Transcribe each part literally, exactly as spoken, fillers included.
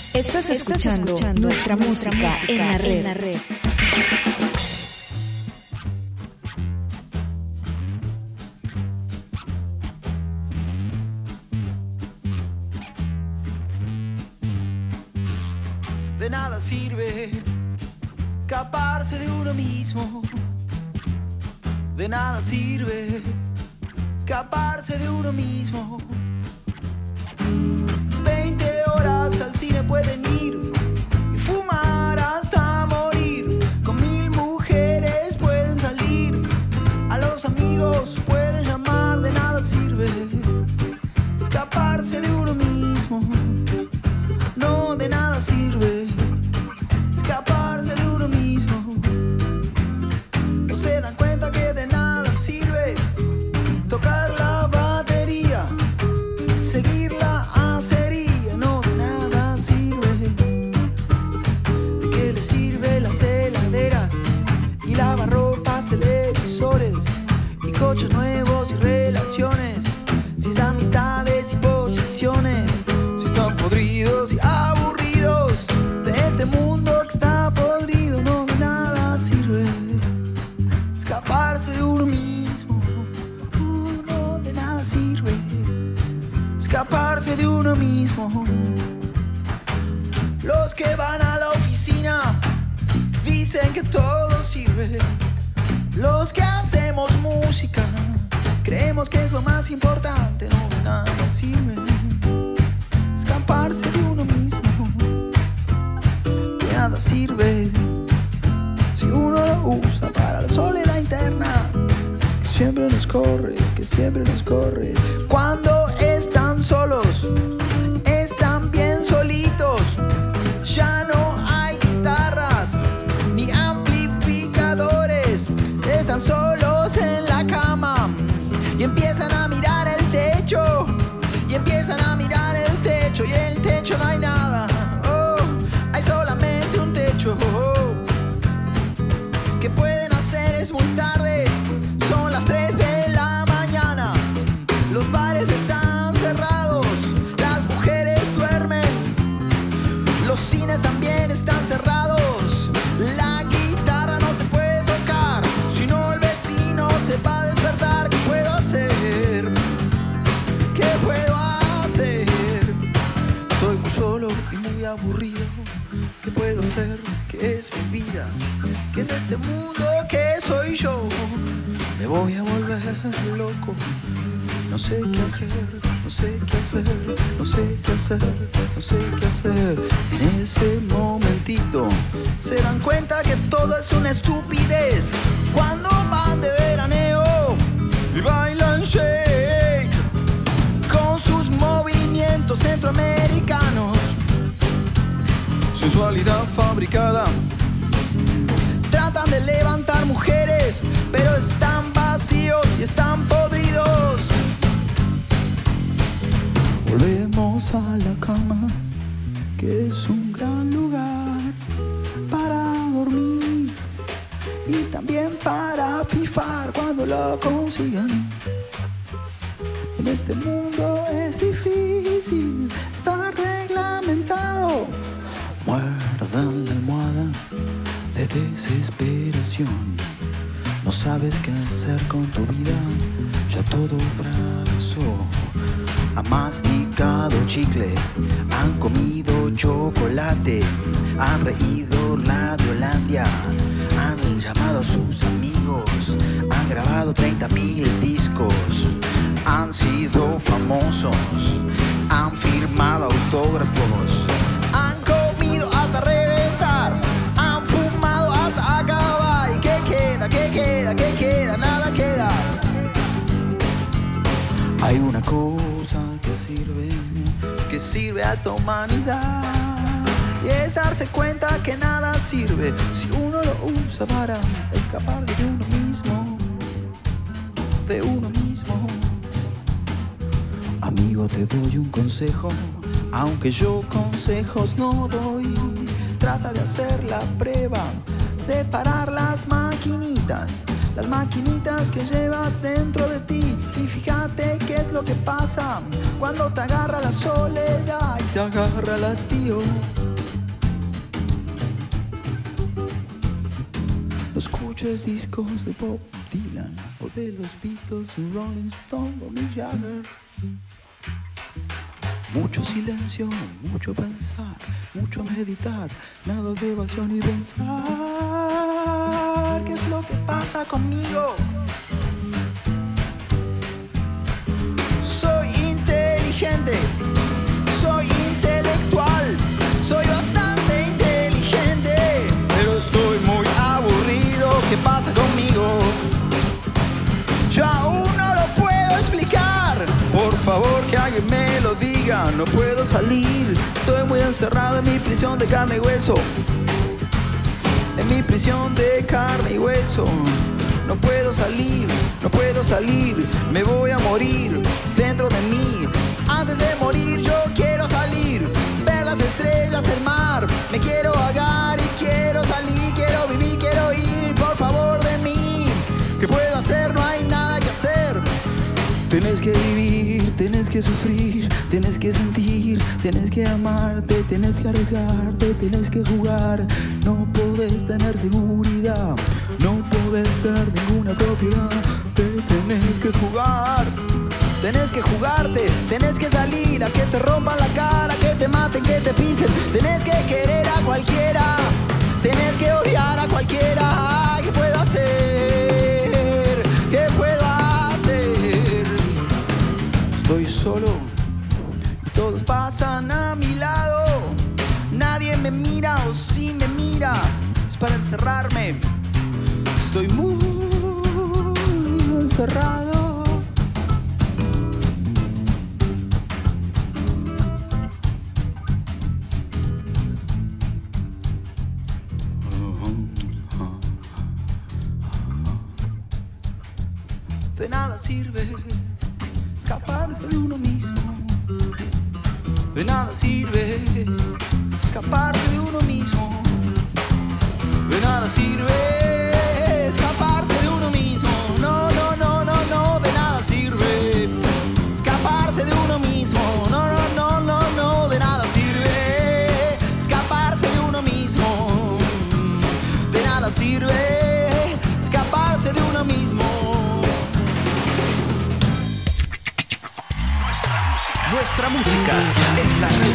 Estás escuchando, escuchando nuestra, nuestra música, música en la red. En la red. De nada sirve escaparse de uno mismo. De nada sirve escaparse de uno mismo. Veinte horas al cine pueden ir y fumar hasta morir. Con mil mujeres pueden salir, a los amigos pueden llamar. De nada sirve escaparse de uno mismo. No, de nada sirve escaparse de uno mismo. No se dan cuenta que de nada sirve tocar la batería, seguir la acería. No, de nada sirve. ¿De qué les sirve las heladeras y lavarropas, televisores y coches nuevos y relaciones? Si es amistades y posiciones, si están podridos y aburridos de este mundo que está podrido. No, de nada sirve escaparse de uno mismo. Uh, no, de nada sirve escaparse de uno mismo. Los que van a la oficina dicen que todo sirve. Los que hacemos música creemos que es lo más importante. No, de nada sirve escaparse de uno mismo. De nada sirve si uno lo usa para la soledad interna, que siempre nos corre, que siempre nos corre. Cuando están solos, están bien solitos. Ya no hay guitarras ni amplificadores. Están solos en la cama y empiezan a mirar el techo. Y empiezan a mirar el techo, y en el techo no hay nada. Oh, hay solamente un techo. Oh, ¿qué pueden hacer? Es muy tarde. Son las tres de la mañana. Los bares están cerrados. Las mujeres duermen. Los cines también están cerrados. La guitarra no se puede tocar, si no el vecino se va a despertar. ¿Qué puedo hacer? ¿Qué puedo hacer? Estoy muy solo y muy aburrido. ¿Qué puedo hacer? ¿Qué es mi vida? ¿Qué es este mundo? ¿Qué soy yo? Me voy a volver loco. No sé qué hacer, no sé qué hacer, no sé qué hacer, no sé qué hacer. En ese momentito se dan cuenta que todo es una estupidez. Cuando van de veraneo y bailan shake con sus movimientos centroamericanos, sensualidad fabricada. Tratan de levantar mujeres, pero están vacíos y están podridos. Volvemos a la cama, que es un gran lugar para dormir y también para pifar cuando lo consigan. En este mundo es difícil, está reglamentado. Muerdan la almohada de desesperación. No sabes qué hacer con tu vida, ya todo fracasó. Han masticado chicle, han comido chocolate, han reído Radiolandia, han llamado a sus amigos, han grabado treinta mil discos, han sido famosos, han firmado autógrafos, han comido hasta reventar, han fumado hasta acabar. ¿Y qué queda? ¿Qué queda? ¿Qué queda? Nada queda. Hay una cosa que sirve, que sirve a esta humanidad, y es darse cuenta que nada sirve si uno lo usa para escaparse de uno mismo, de uno mismo. Amigo, te doy un consejo, aunque yo consejos no doy. Trata de hacer la prueba de parar las maquinitas, las maquinitas que llevas dentro de ti. Y fíjate qué es lo que pasa cuando te agarra la soledad y te agarra el hastío. Muchos discos de Bob Dylan o de los Beatles, Rolling Stone o Mick Jagger. Mucho silencio, mucho pensar, mucho meditar, nada de evasión y pensar. ¿Qué es lo que pasa conmigo? Soy inteligente, soy intelectual, soy bastante inteligente, pero estoy muy aburrido. ¿Qué pasa conmigo? Yo aún no lo puedo explicar. Por favor que alguien me lo diga. No puedo salir, estoy muy encerrado en mi prisión de carne y hueso. En mi prisión de carne y hueso. No puedo salir, no puedo salir. Me voy a morir dentro de mí. Antes de morir yo quiero salir, ver las estrellas, el mar. Me quiero ahogar y quiero salir. Quiero vivir, quiero ir, por favor de mí. ¿Qué puedo hacer? No hay nada que hacer. Tienes que vivir, tienes que sufrir, tienes que sentir, tienes que amarte, tienes que arriesgarte, tienes que jugar. No podés tener seguridad, no podés tener ninguna propiedad. Te tienes que jugar, tenés que jugarte, tenés que salir a que te rompan la cara, que te maten, que te pisen. Tenés que querer a cualquiera, tenés que odiar a cualquiera. ¿Qué puedo hacer? ¿Qué puedo hacer? Estoy solo y todos pasan a mi lado. Nadie me mira, o si me mira es para encerrarme. Estoy muy encerrado. De nada sirve escaparse de uno mismo. De nada sirve escaparse de uno mismo. De nada sirve escaparse de uno mismo. No, no, no, no, no. De nada sirve escaparse de uno mismo. No, no, no, no, no. De nada sirve escaparse de uno mismo. De nada sirve escaparse de uno mismo. Nuestra música en la red.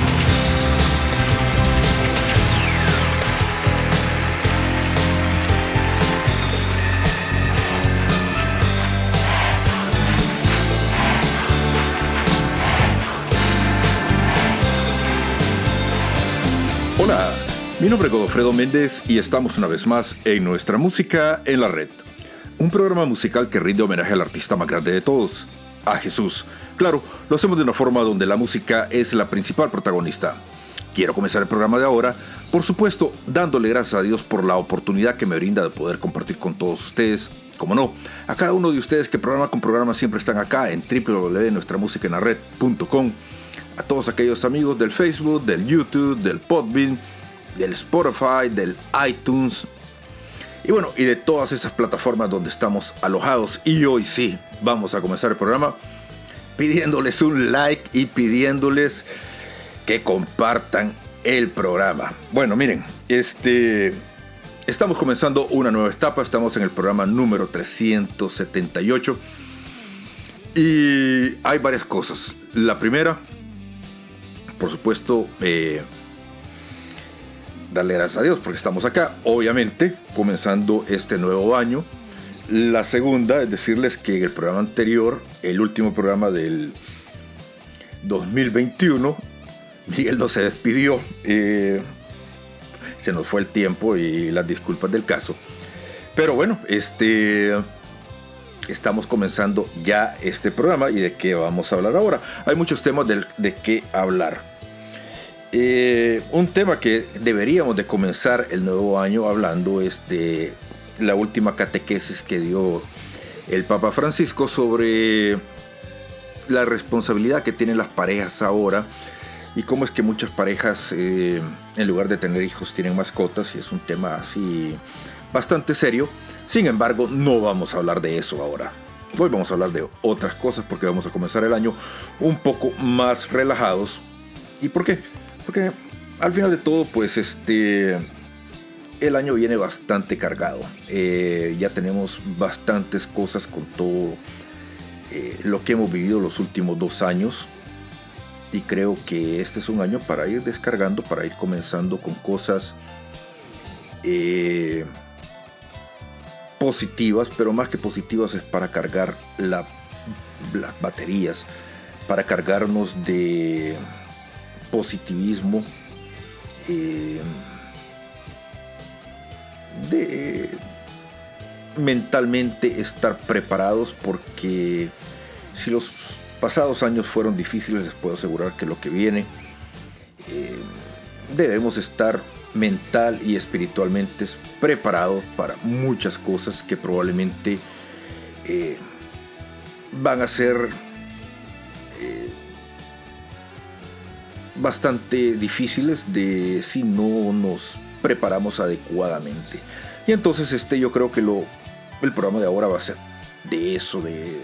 Hola, mi nombre es Godofredo Méndez y estamos una vez más en Nuestra Música en la Red. Un programa musical que rinde homenaje al artista más grande de todos, a Jesús. Claro, lo hacemos de una forma donde la música es la principal protagonista. Quiero comenzar el programa de ahora, por supuesto, dándole gracias a Dios por la oportunidad que me brinda de poder compartir con todos ustedes. Como no, a cada uno de ustedes que programa con programa siempre están acá en doble u doble u doble u punto nuestra música en la red punto com. A todos aquellos amigos del Facebook, del YouTube, del Podbean, del Spotify, del iTunes. Y bueno, y de todas esas plataformas donde estamos alojados. Y hoy sí, vamos a comenzar el programa pidiéndoles un like y pidiéndoles que compartan el programa. Bueno, miren, este, estamos comenzando una nueva etapa. Estamos en el programa número trescientos setenta y ocho. Y hay varias cosas. La primera, por supuesto, eh, darle gracias a Dios porque estamos acá, obviamente, comenzando este nuevo año. La segunda es decirles que en el programa anterior, el último programa del dos mil veintiuno, Miguel no se despidió. Eh, se nos fue el tiempo y las disculpas del caso. Pero bueno, este, estamos comenzando ya este programa. ¿Y de qué vamos a hablar ahora? Hay muchos temas de, de qué hablar. Eh, un tema que deberíamos de comenzar el nuevo año hablando es de la última catequesis que dio el Papa Francisco sobre la responsabilidad que tienen las parejas ahora y cómo es que muchas parejas eh, en lugar de tener hijos tienen mascotas, y es un tema así bastante serio. Sin embargo, no vamos a hablar de eso ahora. Hoy vamos a hablar de otras cosas porque vamos a comenzar el año un poco más relajados. ¿Y por qué? Porque al final de todo, pues este el año viene bastante cargado. Eh, ya tenemos bastantes cosas con todo eh, lo que hemos vivido los últimos dos años. Y creo que este es un año para ir descargando, para ir comenzando con cosas eh, positivas, pero más que positivas es para cargar la, las baterías, para cargarnos de positivismo, eh, de mentalmente estar preparados, porque si los pasados años fueron difíciles, les puedo asegurar que lo que viene eh, debemos estar mental y espiritualmente preparados para muchas cosas que probablemente eh, van a ser eh, bastante difíciles de si no nos preparamos adecuadamente. Y entonces este yo creo que lo el programa de ahora va a ser de eso, de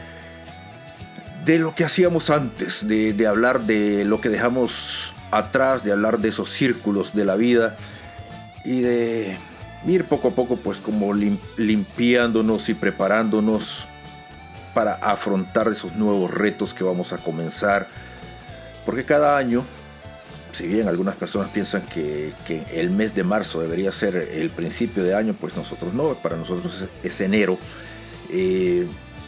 de lo que hacíamos antes, de, de hablar de lo que dejamos atrás, de hablar de esos círculos de la vida y de ir poco a poco pues como lim, limpiándonos y preparándonos para afrontar esos nuevos retos que vamos a comenzar, porque cada año, si bien algunas personas piensan que, que el mes de marzo debería ser el principio de año, pues nosotros no, para nosotros es, es enero. Eh,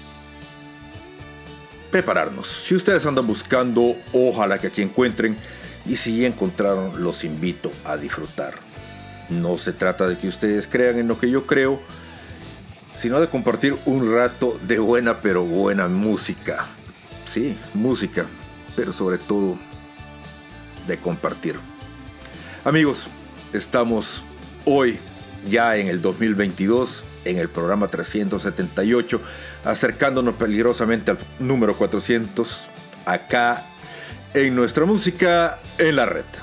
prepararnos. Si ustedes andan buscando, ojalá que aquí encuentren, y si ya encontraron, los invito a disfrutar. No se trata de que ustedes crean en lo que yo creo, sino de compartir un rato de buena pero buena música. Sí, música, pero sobre todo de compartir. Amigos, estamos hoy ya en el dos mil veintidós, en el programa trescientos setenta y ocho, acercándonos peligrosamente al número cuatrocientos, acá en Nuestra Música en la Red.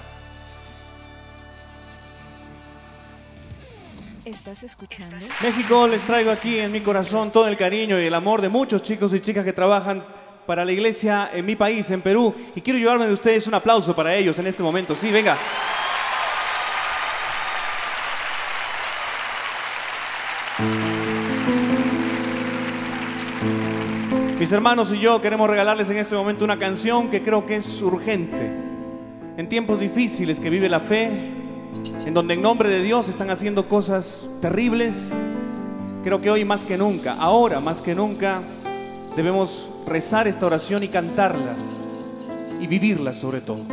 ¿Estás escuchando? México, les traigo aquí en mi corazón todo el cariño y el amor de muchos chicos y chicas que trabajan para la iglesia en mi país, en Perú, y quiero llevarme de ustedes un aplauso para ellos en este momento. Sí, venga. Mis hermanos y yo queremos regalarles en este momento una canción que creo que es urgente. En tiempos difíciles que vive la fe, en donde en nombre de Dios están haciendo cosas terribles, creo que hoy más que nunca, ahora más que nunca, debemos rezar esta oración y cantarla y vivirla sobre todo.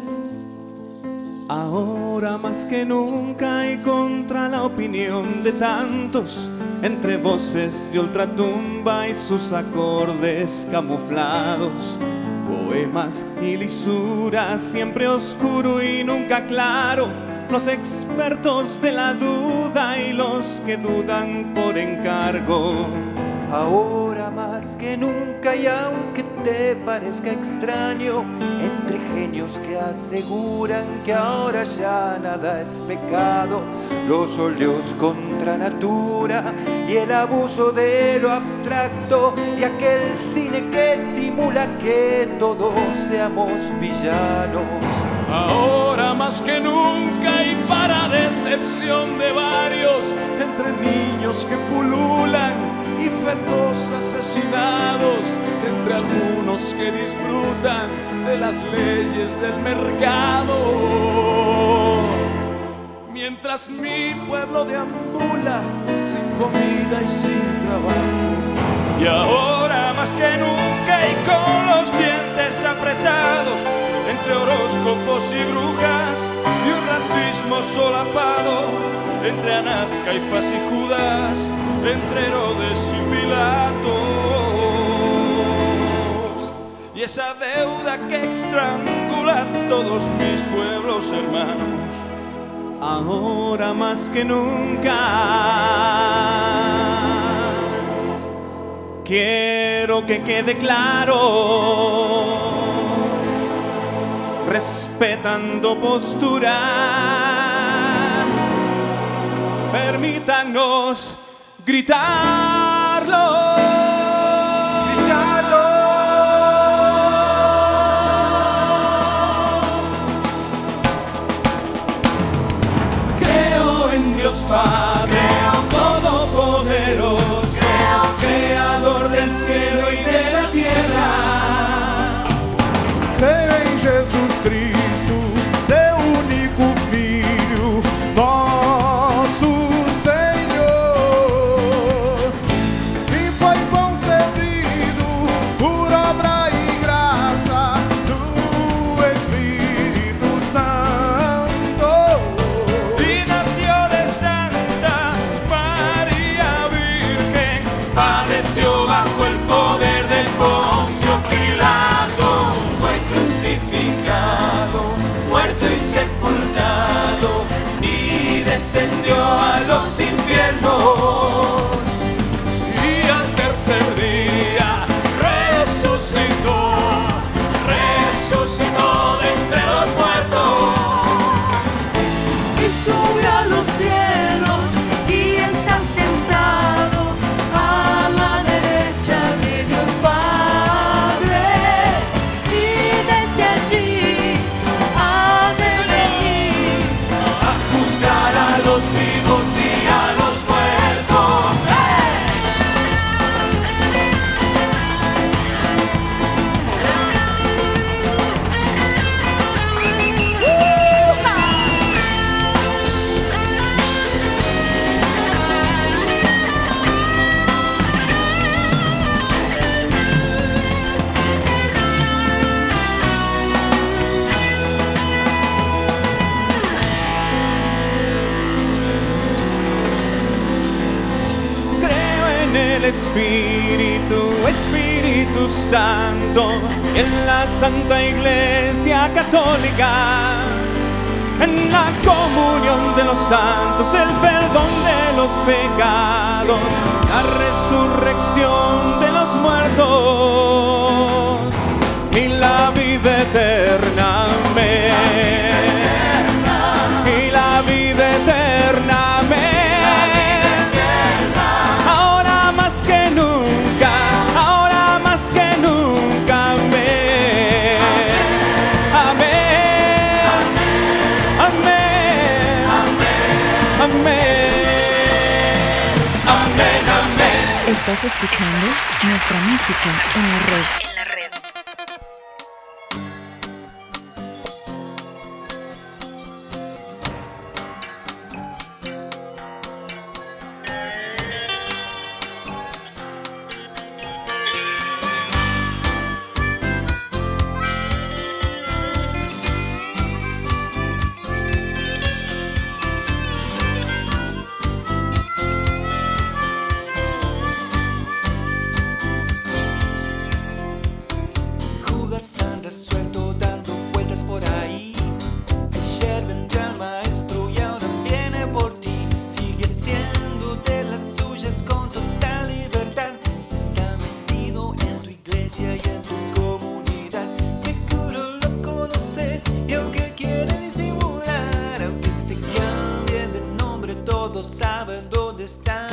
Ahora más que nunca y contra la opinión de tantos, entre voces de ultratumba y sus acordes camuflados, poemas y lisuras, siempre oscuro y nunca claro, los expertos de la duda y los que dudan por encargo. Ahora más que nunca, y aunque te parezca extraño, entre genios que aseguran que ahora ya nada es pecado, los óleos contra natura y el abuso de lo abstracto, y aquel cine que estimula que todos seamos villanos. Ahora más que nunca, y para decepción de varios, entre niños que pululan y fetos asesinados, entre algunos que disfrutan de las leyes del mercado, mientras mi pueblo deambula sin comida y sin trabajo. Y ahora más que nunca, y con los dientes apretados, entre horóscopos y brujas y un racismo solapado, entre Anás, Caifás y Judas, entre Herodes y Pilatos, y esa deuda que estrangula a todos mis pueblos hermanos. Ahora más que nunca quiero que quede claro, respetando posturas, permítanos gritarlo, gritarlo. Creo en Dios Dios Padre Todopoderoso, Creador del cielo y de la tierra. Creio em Jesus Cristo, seu único Filho, nosso Senhor, e foi concebido por obra e graça do Espírito Santo. Y nació de Santa María Virgen, padeció bajo el poder del Poncio Pilato, fue crucificado, muerto y sepultado, y descendió a los infiernos. Y al tercer día resucitó, resucitó de entre los muertos. Y subió a los cielos y está sentado a la derecha de Dios Padre, y desde allí ha de venir A juzgar a los vivos y a los muertos. Creo en el Espíritu, Espíritu Santo, y en la Santa Iglesia Católica, en la comunión de los santos, el perdón de los pecados, la resurrección de los muertos y la vida eterna. Amén. Y la vida eterna. Amén. Ahora más que nunca, ahora más que nunca. Amén. Amén. Amén. Amén. Amén. Amén. Estás escuchando nuestra música en la red. Judas anda suelto dando vueltas por ahí. Ayer vendió al maestro y ahora viene por ti. Sigue siendo de las suyas con total libertad. Está metido en tu iglesia y en tu comunidad. Seguro lo conoces y aunque quiere disimular, aunque se cambie de nombre, todos saben dónde está.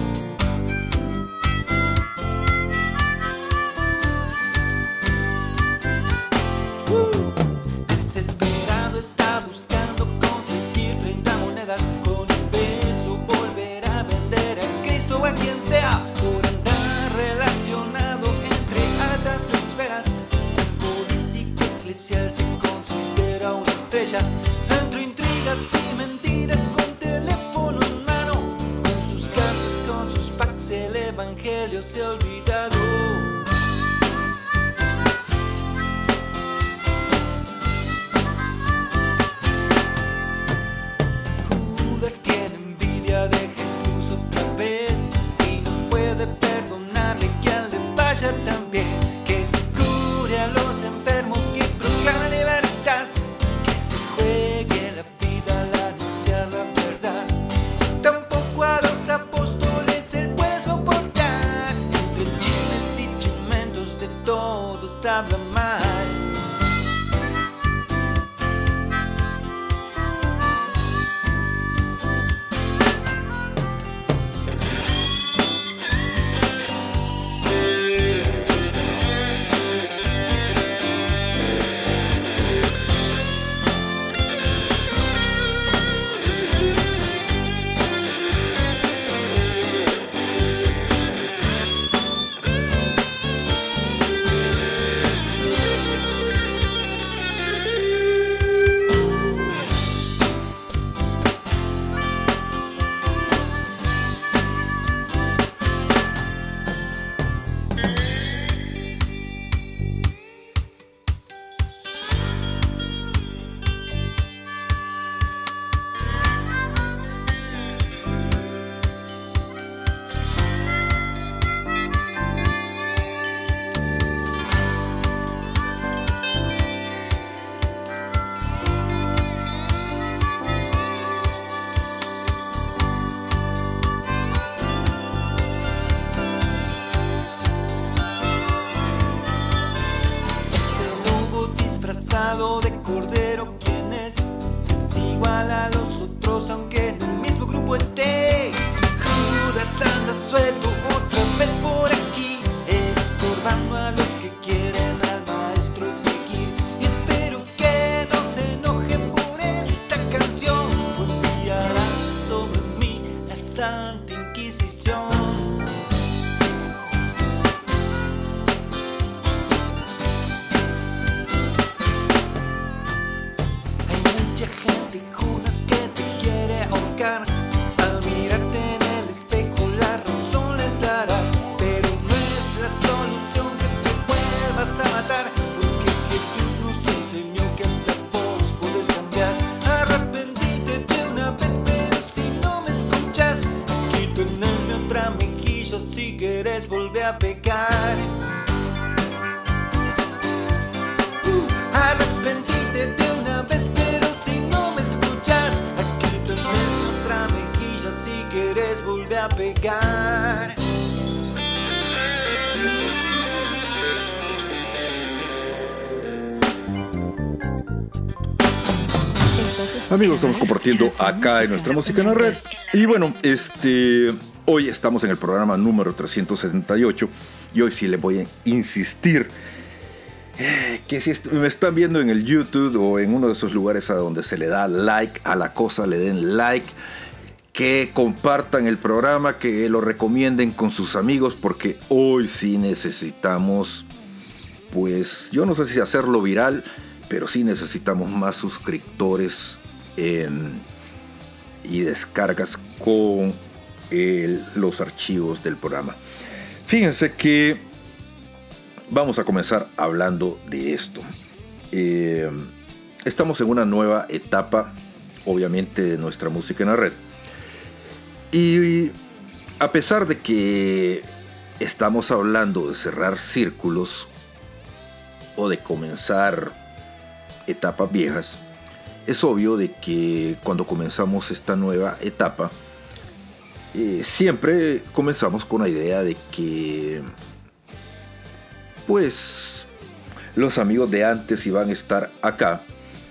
Desesperado está buscando conseguir treinta monedas. Con un beso volver a vender a Cristo o a quien sea, por andar relacionado entre altas esferas. La política eclesial se considera una estrella. Entre intrigas y mentiras, con teléfono en mano, con sus casas, con sus fax, el evangelio se ha olvidado. Judas tiene envidia de Jesús otra vez y no puede perdonarle que a él le vaya tan bien, que cure a los enfermos, que proclame libertad, que se juegue la vida al anunciar la verdad. Tampoco a los apóstoles él puede soportar. Entre igual a los otros, aunque en el mismo grupo esté. Judas anda suelto otra vez por aquí, estorbando a los que quieren al maestro seguir. Y espero que no se enojen por esta canción, enviará sobre mí la Santa Inquisición. Gente, Judas, que te quiere ahorcar. Al mirarte en el espejo la razón les darás, pero no es la solución que te vuelvas a matar, porque Jesús nos enseñó que hasta vos podés cambiar. Arrepentite de una vez, pero si no me escuchas, aquí tenés mi otra mejilla, si querés volver a pecar. uh, Arrepentite de una vez, pero si no me escuchas, aquí tenés otra mejilla, si quieres volver a pegar. Amigos, estamos compartiendo acá en nuestra música en la red. Y bueno, este hoy estamos en el programa número trescientos setenta y ocho. Y hoy sí les voy a insistir que si me están viendo en el YouTube o en uno de esos lugares a donde se le da like a la cosa, le den like, que compartan el programa, que lo recomienden con sus amigos, porque hoy sí necesitamos, pues yo no sé si hacerlo viral, pero sí necesitamos más suscriptores eh, y descargas con el, los archivos del programa. Fíjense que vamos a comenzar hablando de esto. Eh, estamos en una nueva etapa, obviamente, de nuestra música en la red. Y a pesar de que estamos hablando de cerrar círculos o de comenzar etapas viejas, es obvio de que cuando comenzamos esta nueva etapa, eh, siempre comenzamos con la idea de que pues los amigos de antes iban a estar acá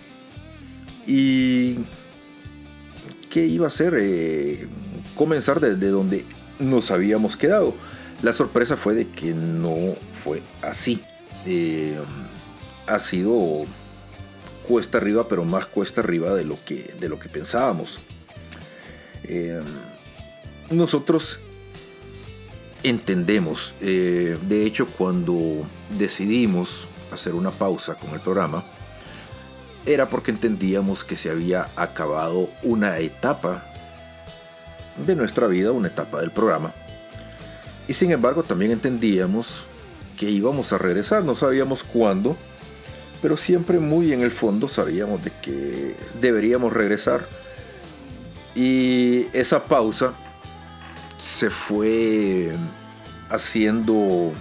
y que iba a ser eh, comenzar desde donde nos habíamos quedado. La sorpresa fue de que no fue así. Eh, ha sido cuesta arriba, pero más cuesta arriba de lo que, de lo que pensábamos. Eh, nosotros entendemos, eh, de hecho, cuando decidimos hacer una pausa con el programa, era porque entendíamos que se había acabado una etapa de nuestra vida, una etapa del programa. Y sin embargo también entendíamos que íbamos a regresar, no sabíamos cuándo, pero siempre muy en el fondo sabíamos de que deberíamos regresar. Y esa pausa se fue haciendo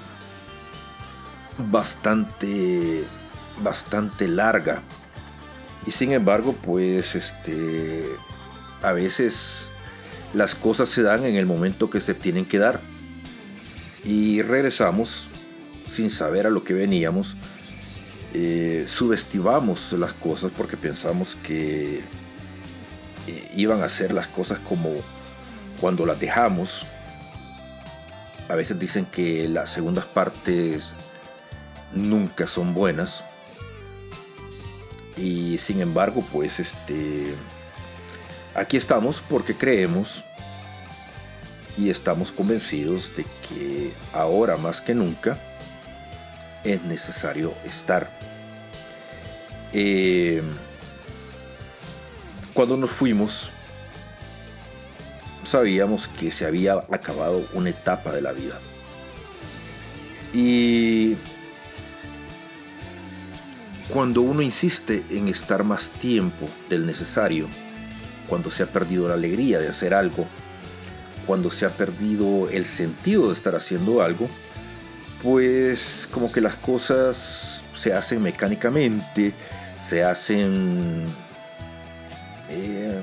bastante, bastante larga. Y sin embargo, pues este, a veces las cosas se dan en el momento que se tienen que dar. Y regresamos sin saber a lo que veníamos. Eh, subestimamos las cosas porque pensamos que eh, iban a ser las cosas como cuando las dejamos. A veces dicen que las segundas partes nunca son buenas. Y sin embargo, pues este, aquí estamos porque creemos y estamos convencidos de que ahora más que nunca es necesario estar. Eh, cuando nos fuimos, sabíamos que se había acabado una etapa de la vida. Y cuando uno insiste en estar más tiempo del necesario, cuando se ha perdido la alegría de hacer algo, cuando se ha perdido el sentido de estar haciendo algo, pues como que las cosas se hacen mecánicamente, se hacen eh,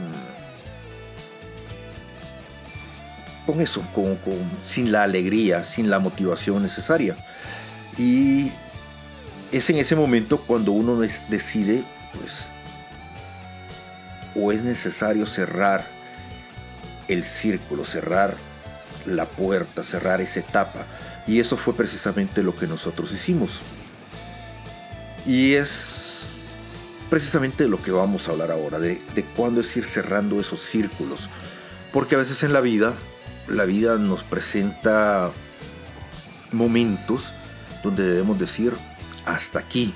con eso, con, con, sin la alegría, sin la motivación necesaria. Y es en ese momento cuando uno decide pues o es necesario cerrar el círculo, cerrar la puerta, cerrar esa etapa. Y eso fue precisamente lo que nosotros hicimos. Y es precisamente lo que vamos a hablar ahora, de, de cuándo es ir cerrando esos círculos. Porque a veces en la vida, la vida nos presenta momentos donde debemos decir hasta aquí.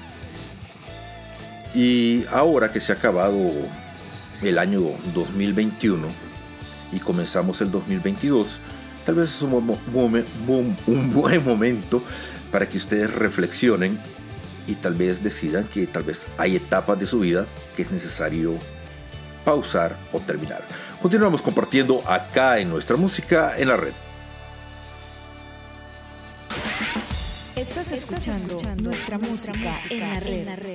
Y ahora que se ha acabado el año dos mil veintiuno y comenzamos el dos mil veintidós, tal vez es un, un, un buen momento para que ustedes reflexionen y tal vez decidan que tal vez hay etapas de su vida que es necesario pausar o terminar. Continuamos compartiendo acá en Nuestra Música en la Red. Estás escuchando, escuchando Nuestra Música en la Red. En la red.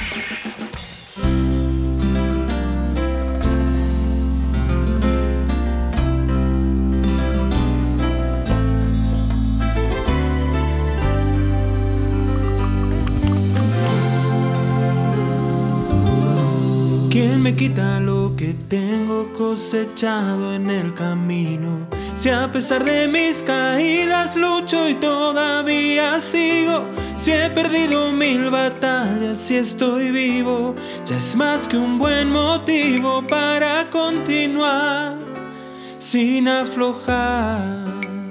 ¿Quién me quita lo que tengo cosechado en el camino? Si a pesar de mis caídas lucho y todavía sigo, si he perdido mil batallas, si estoy vivo, ya es más que un buen motivo para continuar sin aflojar.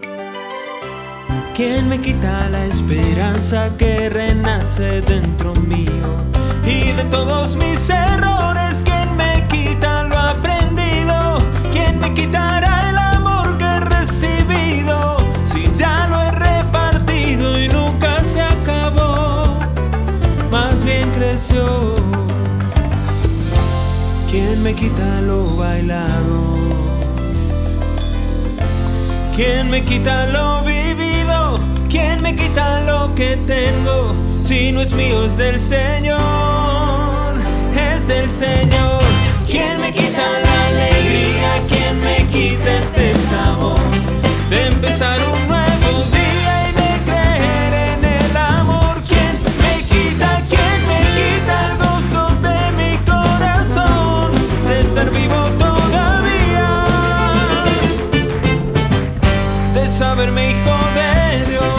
¿Quién me quita la esperanza que renace dentro mío? Y de todos mis errores, ¿quién me quita lo aprendido? ¿Quién me quitará el amor que he recibido? Si ya lo he repartido y nunca se acabó, más bien creció. ¿Quién me quita lo bailado? ¿Quién me quita lo vivido? ¿Quién me quita lo que tengo? Si no es mío, es del Señor, es del Señor. ¿Quién me quita la alegría? ¿Quién me quita este sabor de empezar un nuevo día y de creer en el amor? ¿Quién me quita? ¿Quién me quita el gozo de mi corazón de estar vivo todavía, de saberme hijo de Dios?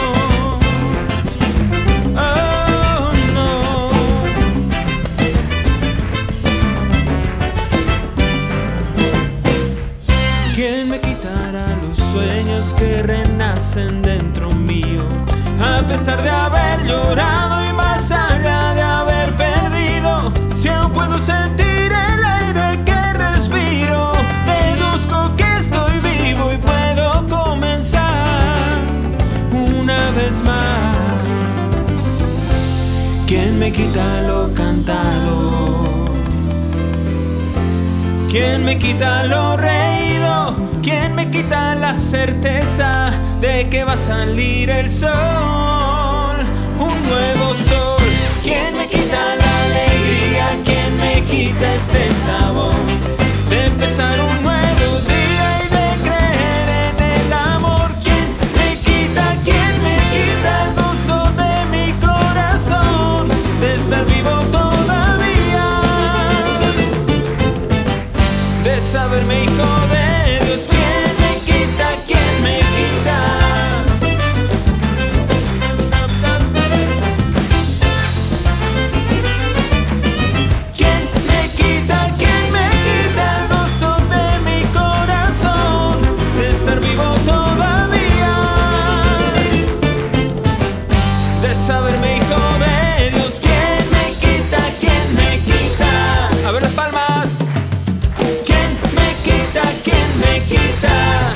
Que renacen dentro mío, a pesar de haber llorado y más allá de haber perdido, si aún puedo sentir el aire que respiro, deduzco que estoy vivo y puedo comenzar una vez más. ¿Quién me quita lo cantado? ¿Quién me quita lo reído? ¿Quién me quita la certeza de que va a salir el sol? Un nuevo sol. ¿Quién me quita la alegría? ¿Quién me quita este sabor de empezar un nuevo día y de creer en el amor? ¿Quién me quita? ¿Quién me quita el gozo de mi corazón de estar vivo todavía, de saberme hijo de Dios? ¿Quién me quita? ¿Quién me quita? ¿Quién me quita? ¿Quién me quita el gozo de mi corazón de estar vivo todavía, de saberme hijo de Dios? ¿Quién me quita? ¿Quién me quita? A ver las palmas. ¿Quién me quita? ¿Quién me quita?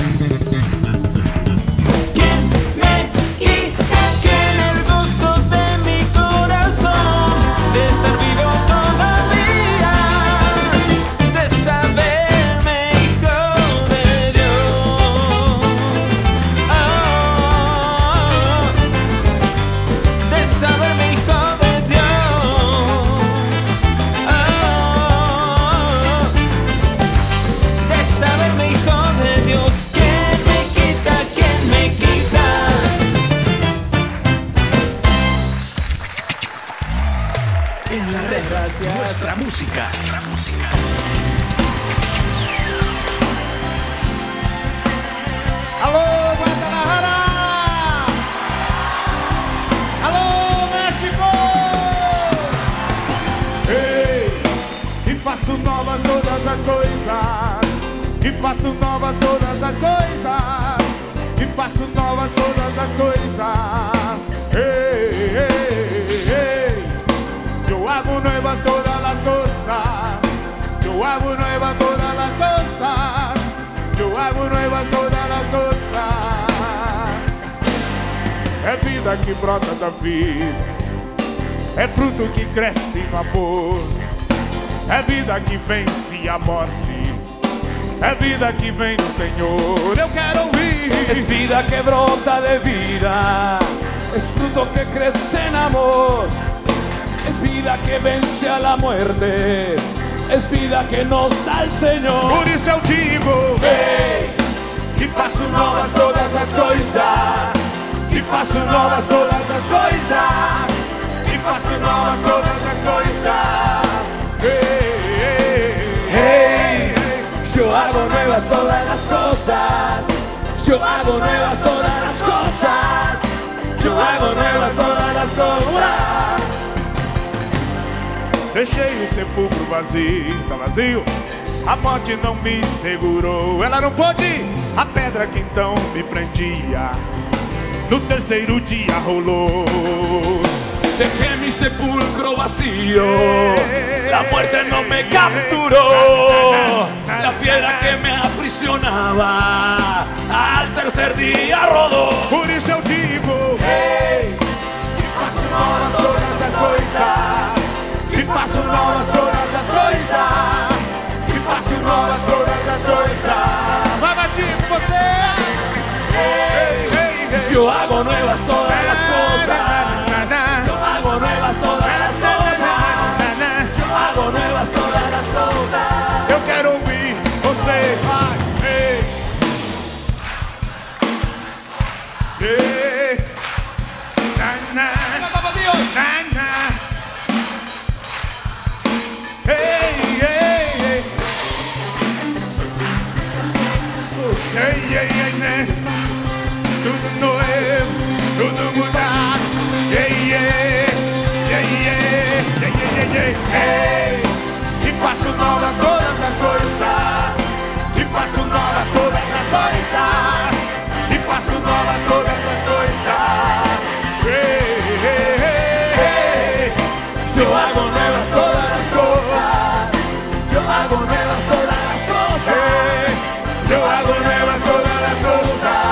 ¿Quién me quita? ¿Quién el gozo de mi corazón de estar vivo todavía, de saberme hijo de Dios? Oh, de saberme hijo de Dios. Oh, de saberme hijo de Dios. ¿Quién me quita? ¿Quién me quita? En la red, nuestra música. Nuestra música. novas todas as coisas, e faço novas todas as coisas, e faço novas todas as coisas. Ei, ei, ei. Yo hago nuevas todas las cosas, yo hago nuevas todas las cosas, yo hago nuevas todas las cosas. É vida que brota da vida, é fruto que cresce no amor, é vida que vence a morte, é vida que vem do Senhor. Eu quero ouvir. Es vida que brota de vida, es fruto que crece en amor, es vida que vence a la muerte, es vida que nos da el Señor. Por isso eu digo, Hey, e faço novas todas as coisas, e faço novas todas as coisas, e faço novas todas as coisas. Hey, hey, hey, yo hago nuevas todas las cosas, yo hago nuevas todas las cosas, yo hago nuevas todas las cosas. Deixei o sepulcro vazio, tá vazio. A morte não me segurou, ela não pôde. A pedra que então me prendia, no terceiro dia rolou. Dejé mi sepulcro vacío, la muerte no me capturó, la piedra que me aprisionaba al tercer día rodó. Por isso eu digo, eis, e faço novas todas as coisas, e faço novas todas as coisas, e faço novas todas as coisas. Vai, Matinho, você! Ei, ei, ei. Yo hago nuevas todas las cosas, yo hago nuevas todas las cosas, yo hago nuevas todas las cosas. Eu quero ouvir você. Vai, ei. Ei. Na, na. Na, na. Ei, ei, ei. Ei, ei, ei, né? Tudo novo, tudo mudado. Ei, ei, ei, ei, ei, ei, ei, ei. E faço novas todas as coisas, e faço novas todas as coisas, e faço novas todas as coisas. Ei, ei, ei, ei. Yo hago nuevas todas las cosas, yo hago nuevas todas las cosas, yo hago nuevas todas las cosas.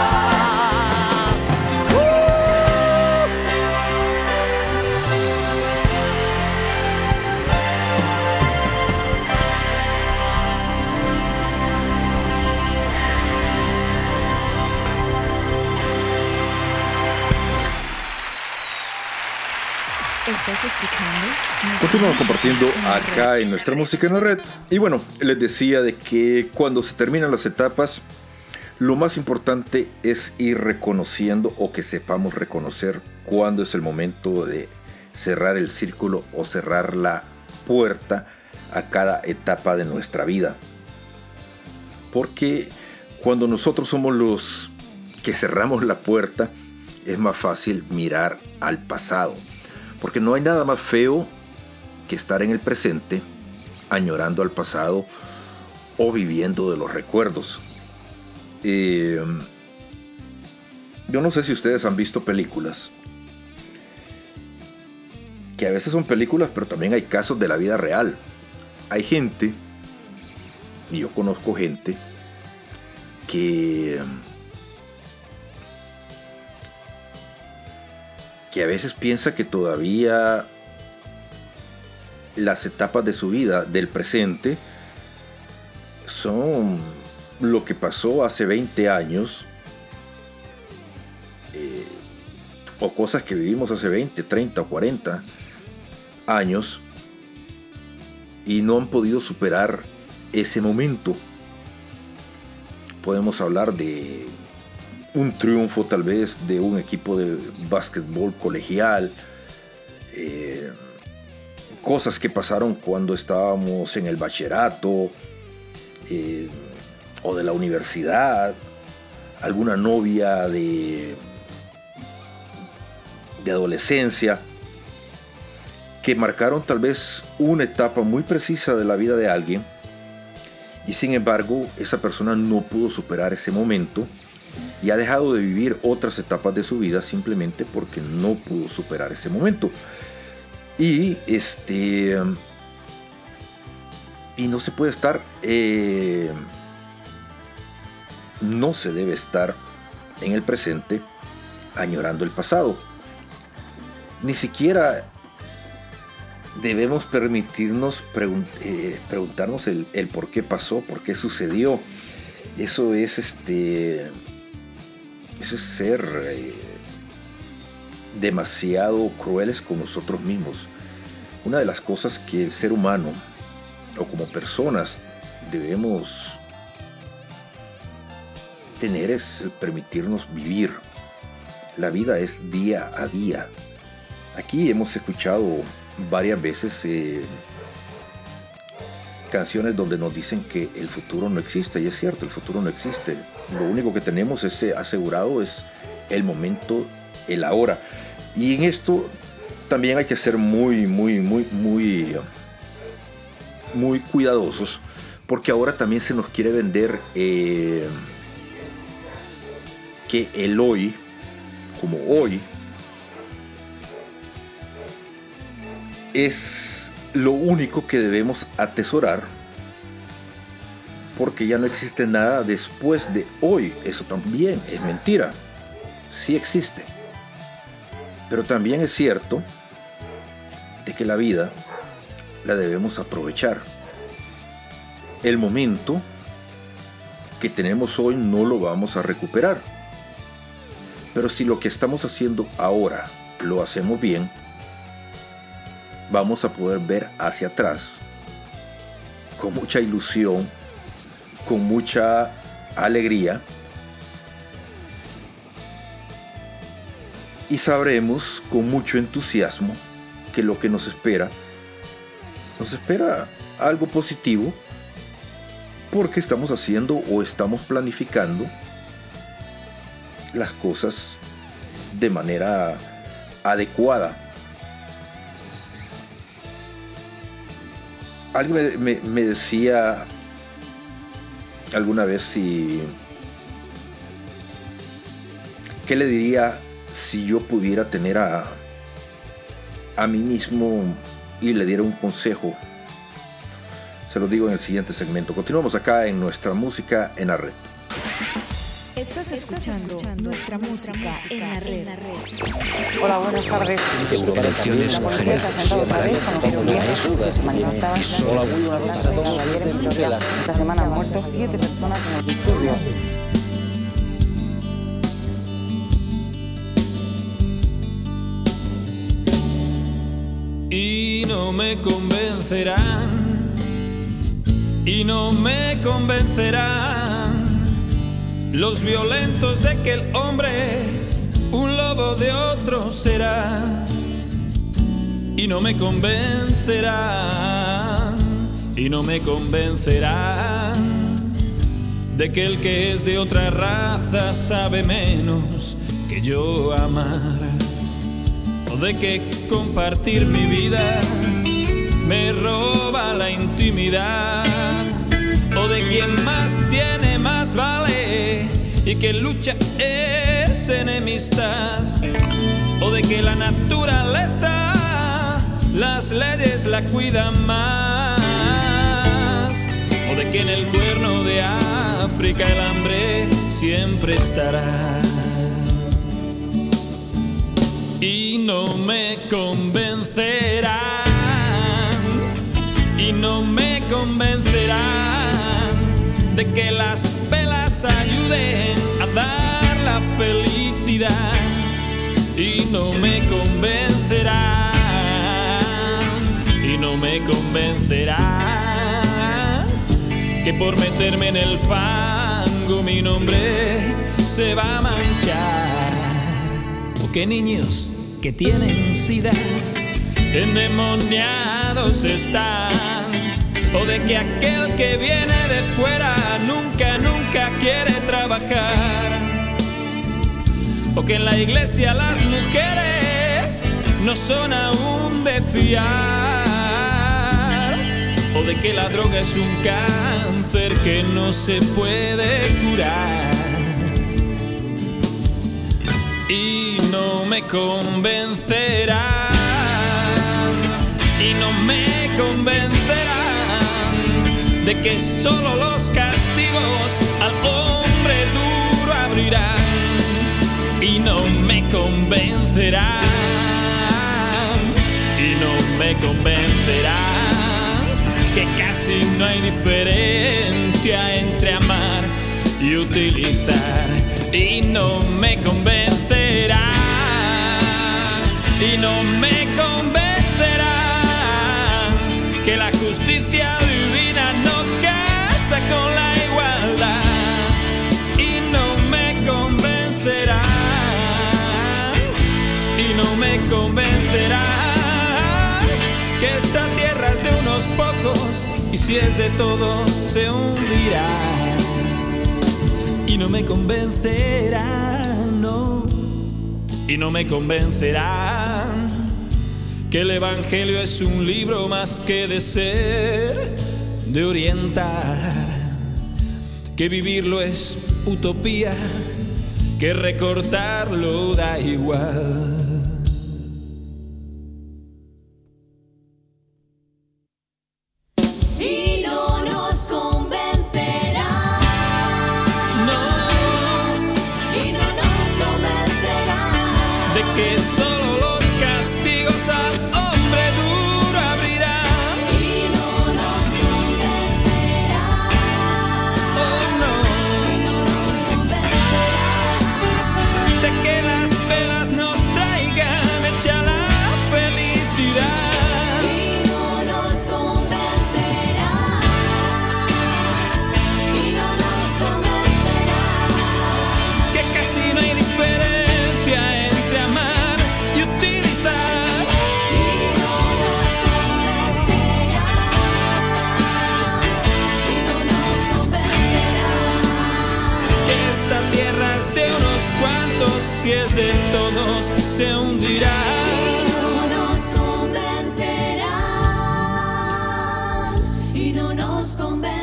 Estás escuchando. Continuamos compartiendo acá en Nuestra Música en la Red. Y bueno, les decía de que cuando se terminan las etapas, lo más importante es ir reconociendo o que sepamos reconocer cuándo es el momento de cerrar el círculo o cerrar la puerta a cada etapa de nuestra vida. Porque cuando nosotros somos los que cerramos la puerta, es más fácil mirar al pasado. Porque no hay nada más feo que estar en el presente, añorando al pasado o viviendo de los recuerdos. Eh, yo no sé si ustedes han visto películas, que a veces son películas, pero también hay casos de la vida real. Hay gente, y yo conozco gente, que... que a veces piensa que todavía las etapas de su vida del presente son lo que pasó hace veinte años eh, o cosas que vivimos hace veinte, treinta o cuarenta años y no han podido superar ese momento. Podemos hablar de un triunfo tal vez de un equipo de básquetbol colegial, eh, cosas que pasaron cuando estábamos en el bachillerato eh, o de la universidad, alguna novia de, de adolescencia que marcaron tal vez una etapa muy precisa de la vida de alguien Y sin embargo, esa persona no pudo superar ese momento y ha dejado de vivir otras etapas de su vida simplemente porque no pudo superar ese momento. Y este y no se puede estar eh, no se debe estar en el presente añorando el pasado. Ni siquiera debemos permitirnos pregun- eh, preguntarnos el, el por qué pasó, por qué sucedió. Eso es este eso es ser eh, demasiado crueles con nosotros mismos. Una de las cosas que el ser humano o como personas debemos tener es permitirnos vivir. La vida es día a día. Aquí hemos escuchado varias veces eh, canciones donde nos dicen que el futuro no existe, y es cierto, el futuro no existe. Lo único que tenemos es, eh, asegurado es el momento, el ahora. Y en esto también hay que ser muy, muy, muy, muy, muy cuidadosos, porque ahora también se nos quiere vender eh, que el hoy, como hoy, es lo único que debemos atesorar, porque ya no existe nada después de hoy. Eso también es mentira. Sí existe, pero también es cierto de que la vida la debemos aprovechar. El momento que tenemos hoy no lo vamos a recuperar, pero si lo que estamos haciendo ahora lo hacemos bien, vamos a poder ver hacia atrás con mucha ilusión, con mucha alegría, y sabremos con mucho entusiasmo que lo que nos espera, nos espera algo positivo, porque estamos haciendo o estamos planificando las cosas de manera adecuada. Alguien me, me, me decía alguna vez si qué le diría si yo pudiera tener a a mí mismo y le diera un consejo. Se lo digo en el siguiente segmento. Continuamos acá en Nuestra Música en la Red. Estás escuchando Nuestra Música en la Red. Hola, buenas tardes. La policía se ha sentado otra vez con los estudiantes que se manifestaban. Hola, muy buenas tardes a todos. Ayer en Vitoria, esta semana han muerto siete personas en los disturbios. Y no me convencerán, y no me convencerán los violentos de que el hombre un lobo de otro será. Y no me convencerán, y no me convencerán de que el que es de otra raza sabe menos que yo amar, o de que compartir mi vida me roba la intimidad, o de quien más tiene más vale y que lucha es enemistad, o de que la naturaleza las leyes la cuidan más, o de que en el cuerno de África el hambre siempre estará. Y no me convencerán, y no me convencerán de que las velas ayuden a dar la felicidad. Y no me convencerán, y no me convencerán que por meterme en el fango mi nombre se va a manchar, o que niños que tienen sida endemoniados están, o de que aquel que viene de fuera nunca, nunca quiere trabajar, o que en la iglesia las mujeres no son aún de fiar, o de que la droga es un cáncer que no se puede curar. Y no me convencerán, y no me convencerán de que solo los castigos al hombre duro abrirán. Y no me convencerán, y no me convencerán que casi no hay diferencia entre amar y utilizar. Y no me convencerán, y no me convencerán que la justicia divina no casa con la igualdad. Y no me convencerán, y no me convencerán que esta tierra es de unos pocos y si es de todos se hundirá. Y no me convencerán, no, y no me convencerán que el Evangelio es un libro más que de ser, de orientar, que vivirlo es utopía, que recortarlo da igual. Si es de todos se hundirá. Y no nos convencerán, y no nos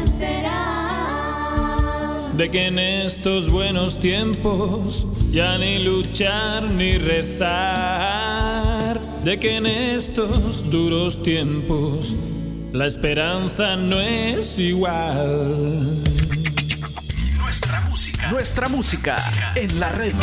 convencerán de que en estos buenos tiempos ya ni luchar ni rezar, de que en estos duros tiempos la esperanza no es igual. Nuestra música, nuestra música en la red.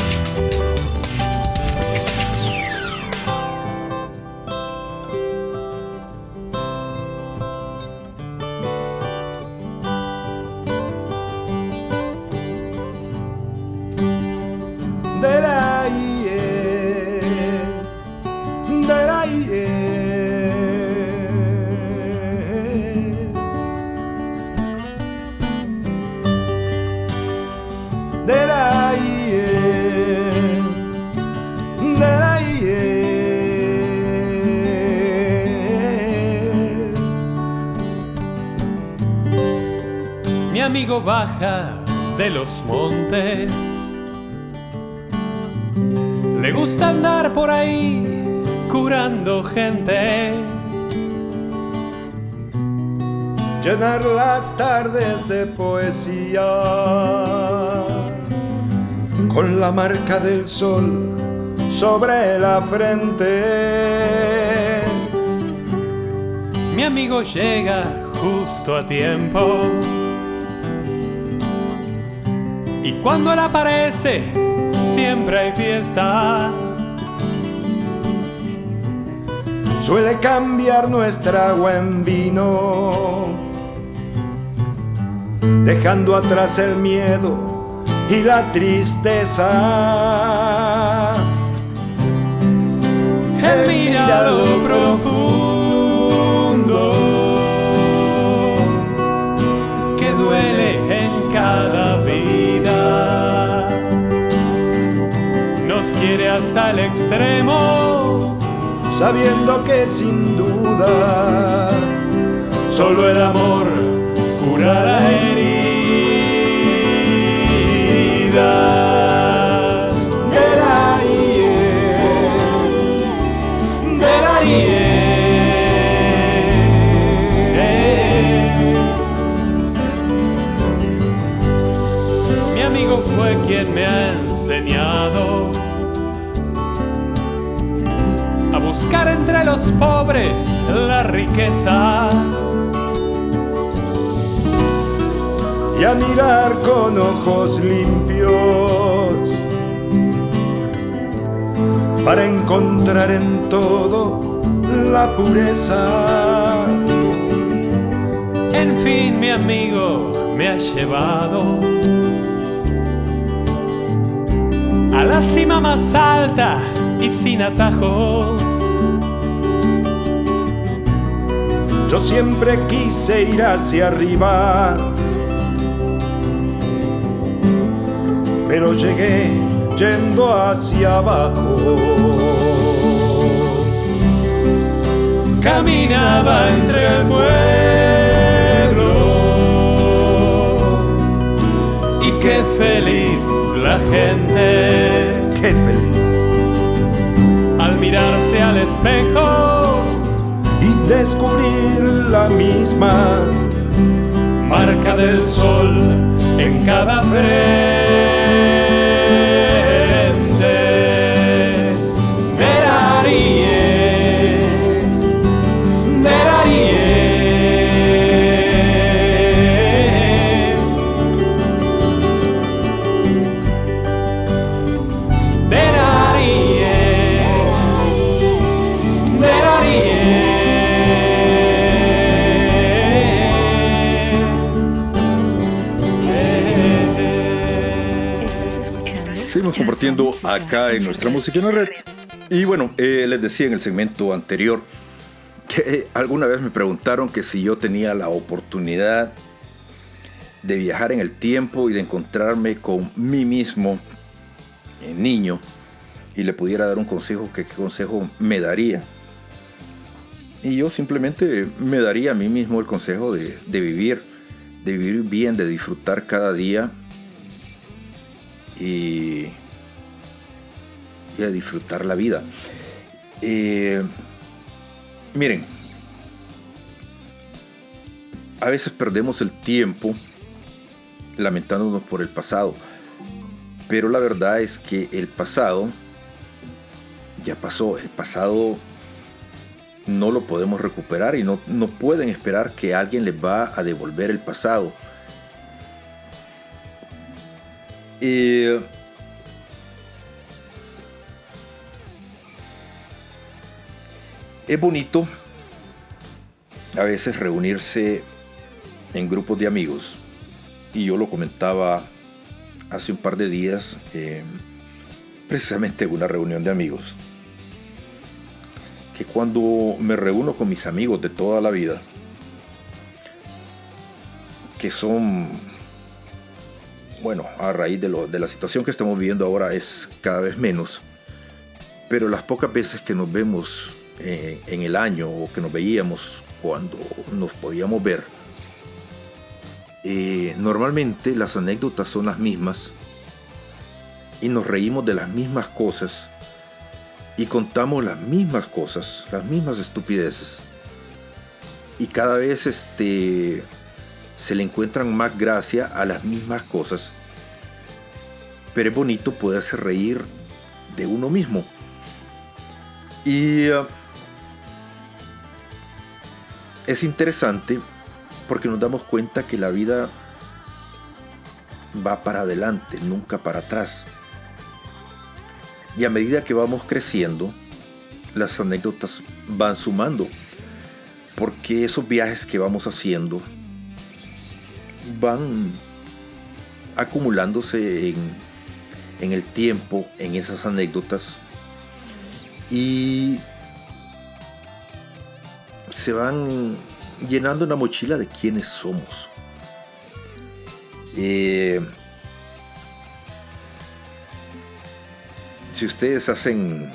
Mi amigo baja de los montes, le gusta andar por ahí curando gente, llenar las tardes de poesía con la marca del sol sobre la frente. Mi amigo llega justo a tiempo y cuando él aparece siempre hay fiesta. Suele cambiar nuestra agua en vino, dejando atrás el miedo y la tristeza. Él mira lo profundo que duele en cada vida, nos quiere hasta el extremo, sabiendo que sin duda solo el amor curará heridas. De la fue quien me ha enseñado a buscar entre los pobres la riqueza y a mirar con ojos limpios para encontrar en todo la pureza. En fin, mi amigo me ha llevado a la cima más alta y sin atajos. Yo siempre quise ir hacia arriba, pero llegué yendo hacia abajo. Caminaba entre el pueblo y qué feliz la gente, qué feliz al mirarse al espejo y descubrir la misma marca del sol en cada frente. Derarie, derarie, Seguimos compartiendo acá en Nuestra Música en la Red. Y bueno, eh, les decía en el segmento anterior que eh, alguna vez me preguntaron que si yo tenía la oportunidad de viajar en el tiempo y de encontrarme con mí mismo, eh, niño, y le pudiera dar un consejo, que qué consejo me daría. Y yo simplemente me daría a mí mismo el consejo de, de vivir, de vivir bien, de disfrutar cada día y, y a disfrutar la vida. Eh, miren, a veces perdemos el tiempo lamentándonos por el pasado, pero la verdad es que el pasado ya pasó. El pasado no lo podemos recuperar y no, no pueden esperar que alguien les va a devolver el pasado. Eh, es bonito a veces reunirse en grupos de amigos, y yo lo comentaba hace un par de días, eh, precisamente en una reunión de amigos, que cuando me reúno con mis amigos de toda la vida, que son, bueno, a raíz de, lo, de la situación que estamos viviendo ahora es cada vez menos, pero las pocas veces que nos vemos eh, en el año, o que nos veíamos cuando nos podíamos ver, eh, normalmente las anécdotas son las mismas y nos reímos de las mismas cosas y contamos las mismas cosas, las mismas estupideces, y cada vez este, se le encuentran más gracia a las mismas cosas, pero es bonito poderse reír de uno mismo. Y uh, es interesante porque nos damos cuenta que la vida va para adelante, nunca para atrás. Y a medida que vamos creciendo, las anécdotas van sumando, porque esos viajes que vamos haciendo van acumulándose en, en el tiempo, en esas anécdotas, y se van llenando una mochila de quiénes somos. Eh, si ustedes hacen,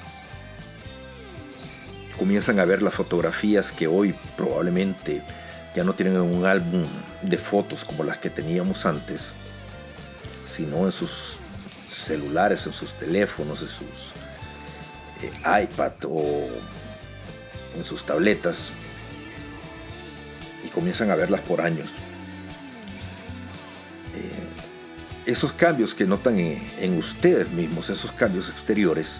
comienzan a ver las fotografías que hoy probablemente ya no tienen un álbum de fotos como las que teníamos antes, sino en sus celulares, en sus teléfonos, en sus eh, iPad o en sus tabletas, y comienzan a verlas por años. Eh, esos cambios que notan en, en ustedes mismos, esos cambios exteriores,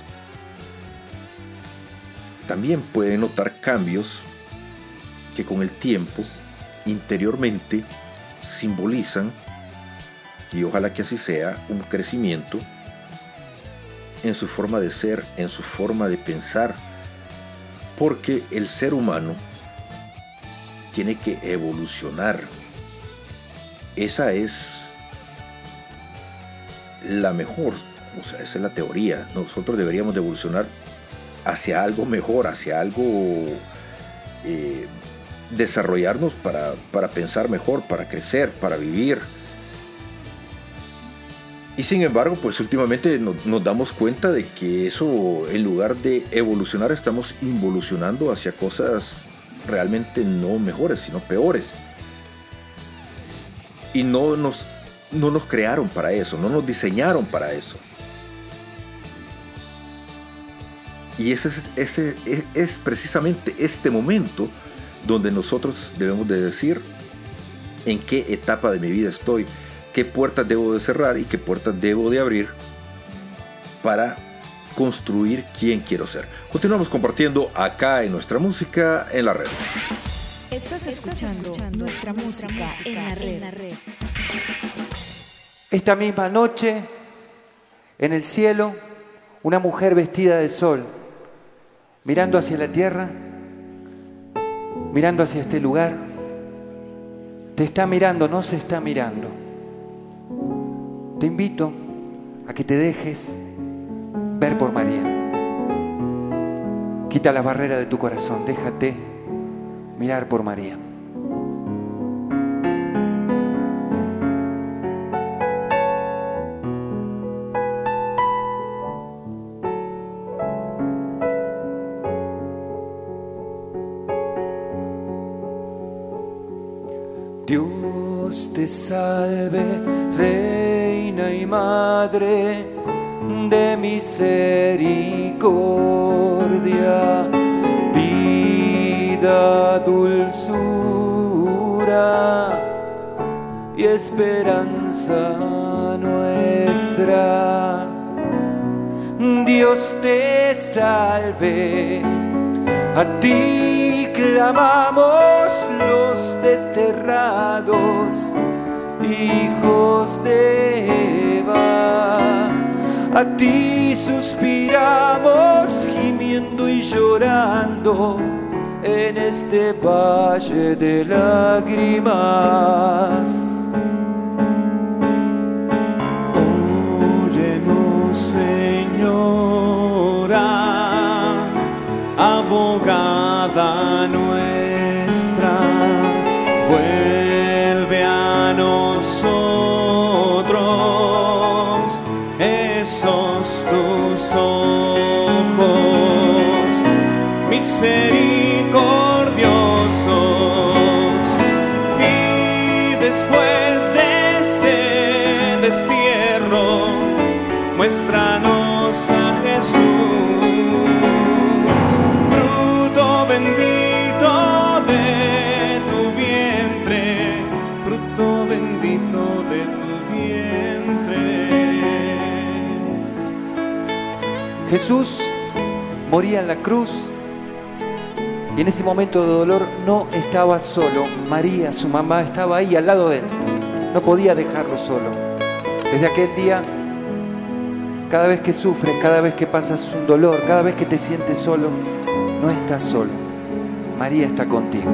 también pueden notar cambios que con el tiempo, interiormente, simbolizan, y ojalá que así sea, un crecimiento en su forma de ser, en su forma de pensar, porque el ser humano tiene que evolucionar. Esa es la mejor, o sea, esa es la teoría. Nosotros deberíamos de evolucionar hacia algo mejor, hacia algo, eh, desarrollarnos para, para pensar mejor, para crecer, para vivir. Y sin embargo, pues últimamente nos, nos damos cuenta de que eso, en lugar de evolucionar, estamos involucionando hacia cosas realmente no mejores, sino peores. Y no nos, no nos crearon para eso, no nos diseñaron para eso. Y ese es, ese es, es precisamente este momento donde nosotros debemos de decir en qué etapa de mi vida estoy, qué puertas debo de cerrar y qué puertas debo de abrir para construir quién quiero ser. Continuamos compartiendo acá en Nuestra Música en la Red. Estás escuchando Nuestra Música en la Red. Esta misma noche, en el cielo, una mujer vestida de sol, mirando hacia la tierra, mirando hacia este lugar, te está mirando, no se está mirando. Te invito a que te dejes ver por María. Quita las barreras de tu corazón, déjate mirar por María. Dios te salve, Reina y Madre de misericordia, vida, dulzura y esperanza nuestra. Dios te salve, a ti clamamos los desterrados, hijos de Eva. A ti suspiramos, gimiendo y llorando en este valle de lágrimas. Óyenos, Señora, abogada nuestra, vuelve a nosotros esos tus ojos misericordiosos, y después de este destierro muéstranos a Jesús, fruto bendito de tu vientre, fruto bendito de tu vientre. Jesús moría en la cruz y en ese momento de dolor no estaba solo. María, su mamá, estaba ahí al lado de él. No podía dejarlo solo. Desde aquel día, cada vez que sufres, cada vez que pasas un dolor, cada vez que te sientes solo, no estás solo. María está contigo.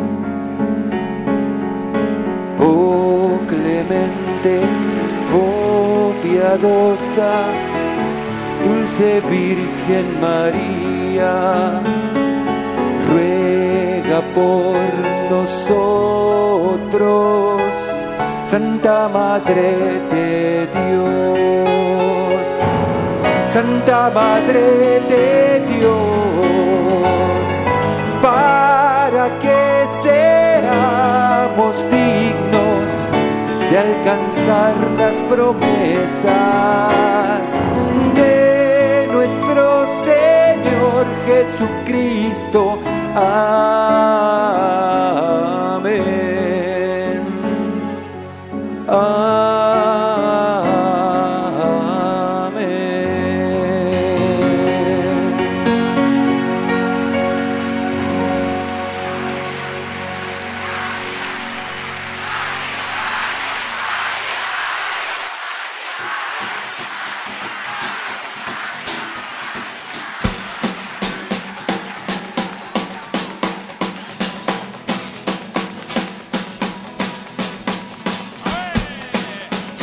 Oh clemente, oh piadosa, dulce Virgen María, ruega por nosotros, Santa Madre de Dios, Santa Madre de Dios, para que seamos dignos de alcanzar las promesas de nuestro Señor Jesucristo. Amén. Amén.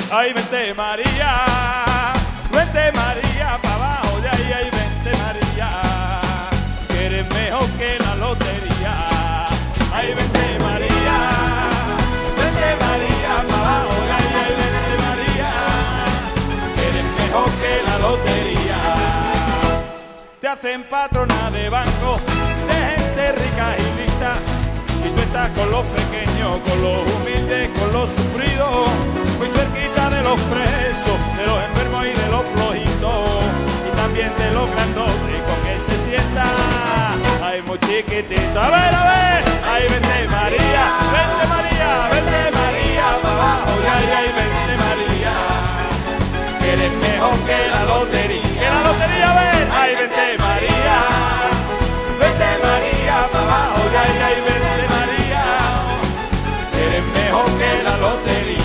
Ay, vente María, vente María, pa' abajo de ahí, ay, vente María, que eres mejor que la lotería. Ay, vente María, vente María, pa' abajo de ahí, ay, vente María, que eres mejor que la lotería. Te hacen patrona de banco, de gente rica y lista, y tú estás con los pequeños, con los humildes, con los sufridos, muy cerquita de los presos, de los enfermos y de los flojitos, y también de los grandotes, con que se sienta, ay, muy chiquitito. A ver, a ver, ay, vente María, vente María, vente María, pa' abajo, ay, ay, vente María, que eres mejor que la lotería, que la lotería, a ver, ay, vente María, vente María, pa' abajo, ay, ay, vente María, que eres mejor que la lotería.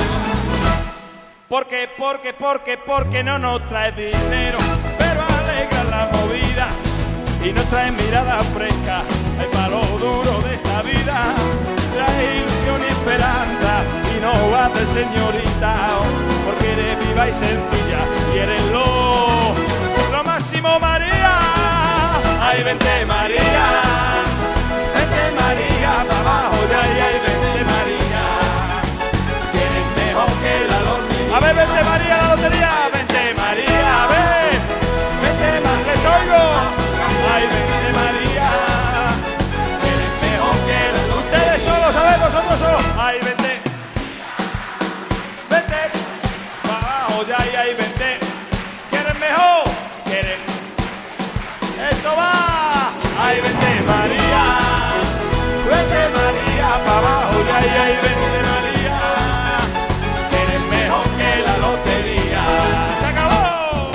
Porque, porque, porque, porque no nos trae dinero, pero alegra la movida y nos trae mirada fresca, el palo duro de esta vida, trae ilusión y esperanza y no bate señorita, porque eres viva y sencilla y eres lo, lo máximo María. Ay, vente María, vente María, pa' abajo de ahí, ay, vente María, que eres mejor que la lotería. A ver, vente María, la lotería, vente María, a ver, vente más, les oigo. Ay, vente María, que eres mejor que la... Ustedes solos, a ver, nosotros solos. Ay, vente, vente, pa' abajo de ahí, ay, vente, que eres mejor, que eres... Eso va. Ay, vente María, vente María, pa' abajo de ahí, ay, vente María, que eres mejor que la lotería. ¡Se acabó!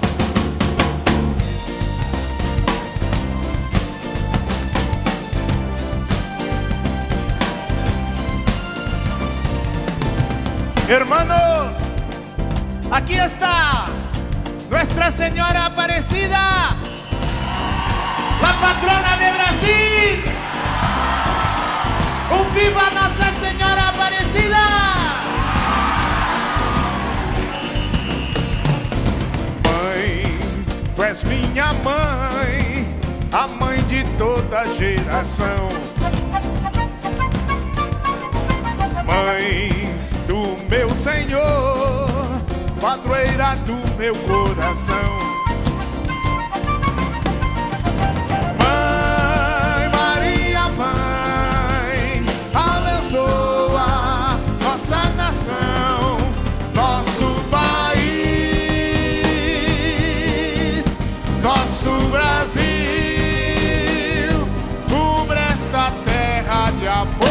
Hermanos, aquí está Nuestra Señora Aparecida, la patrona de Brasil. Un viva Nossa Senhora Aparecida. Mãe, tu és minha mãe, a mãe de toda geração. Mãe do meu Senhor, padroeira do meu coração. Abençoa nossa nação, nosso país, nosso Brasil, cubra esta terra de amor.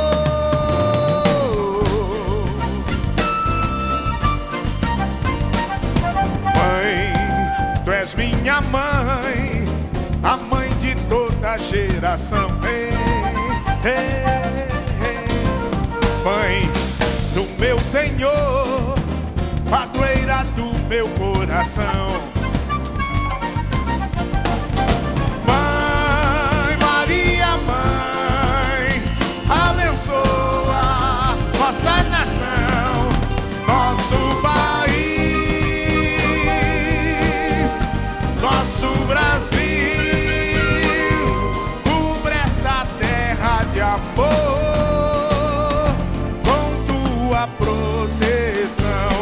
Mãe, tu és minha mãe, a mãe de toda geração. Ei, ei. Mãe do meu Senhor, padroeira do meu coração. Mãe Maria, mãe, abençoa nossa nação, nosso país, nosso Brasil, cubra esta terra de amor. Proteção,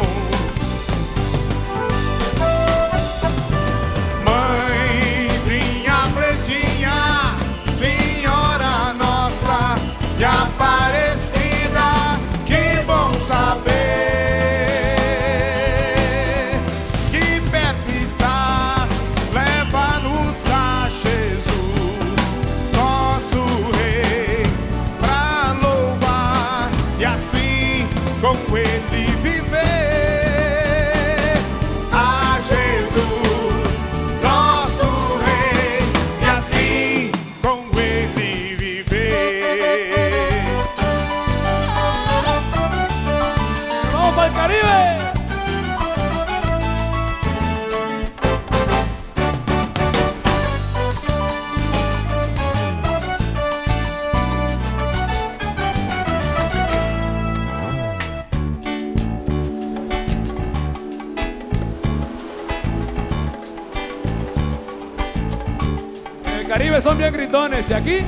mãezinha pretinha, Senhora Nossa de Aparecida, que bom saber que perto estás, leva-nos a Jesus, nosso Rei, pra louvar e assim com ele viver. A Jesus, nosso Rei, e assim com ele viver. ¡Vamos para el Caribe! Caribe son bien gritones. ¿Y aquí?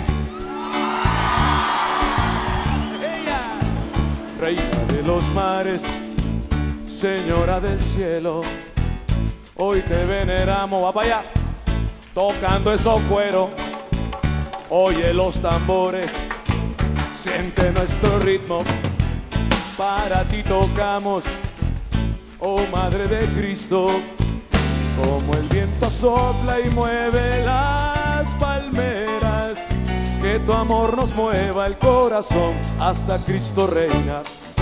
Reina de los mares, señora del cielo, hoy te veneramos, va para allá, tocando esos cueros. Oye los tambores, siente nuestro ritmo, para ti tocamos, oh Madre de Cristo. Como el viento sopla y mueve las palmeras, que tu amor nos mueva el corazón hasta Cristo reina.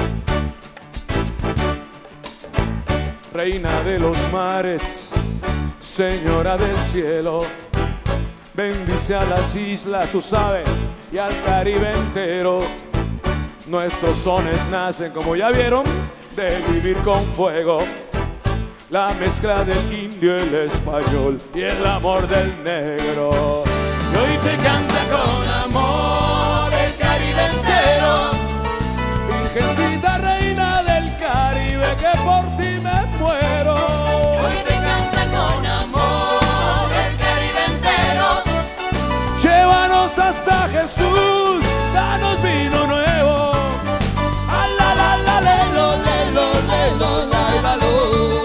Reina de los mares, señora del cielo, bendice a las islas, tú sabes, y al Caribe entero. Nuestros sones nacen, como ya vieron, de vivir con fuego. La mezcla del indio, el español y el amor del negro. Y hoy te canta con amor el Caribe entero. Virgencita reina del Caribe, que por ti me muero. Hoy te canta con amor el Caribe entero. Llévanos hasta Jesús, danos vino nuevo. A la la la lelo, lelo, lelo, la la lo.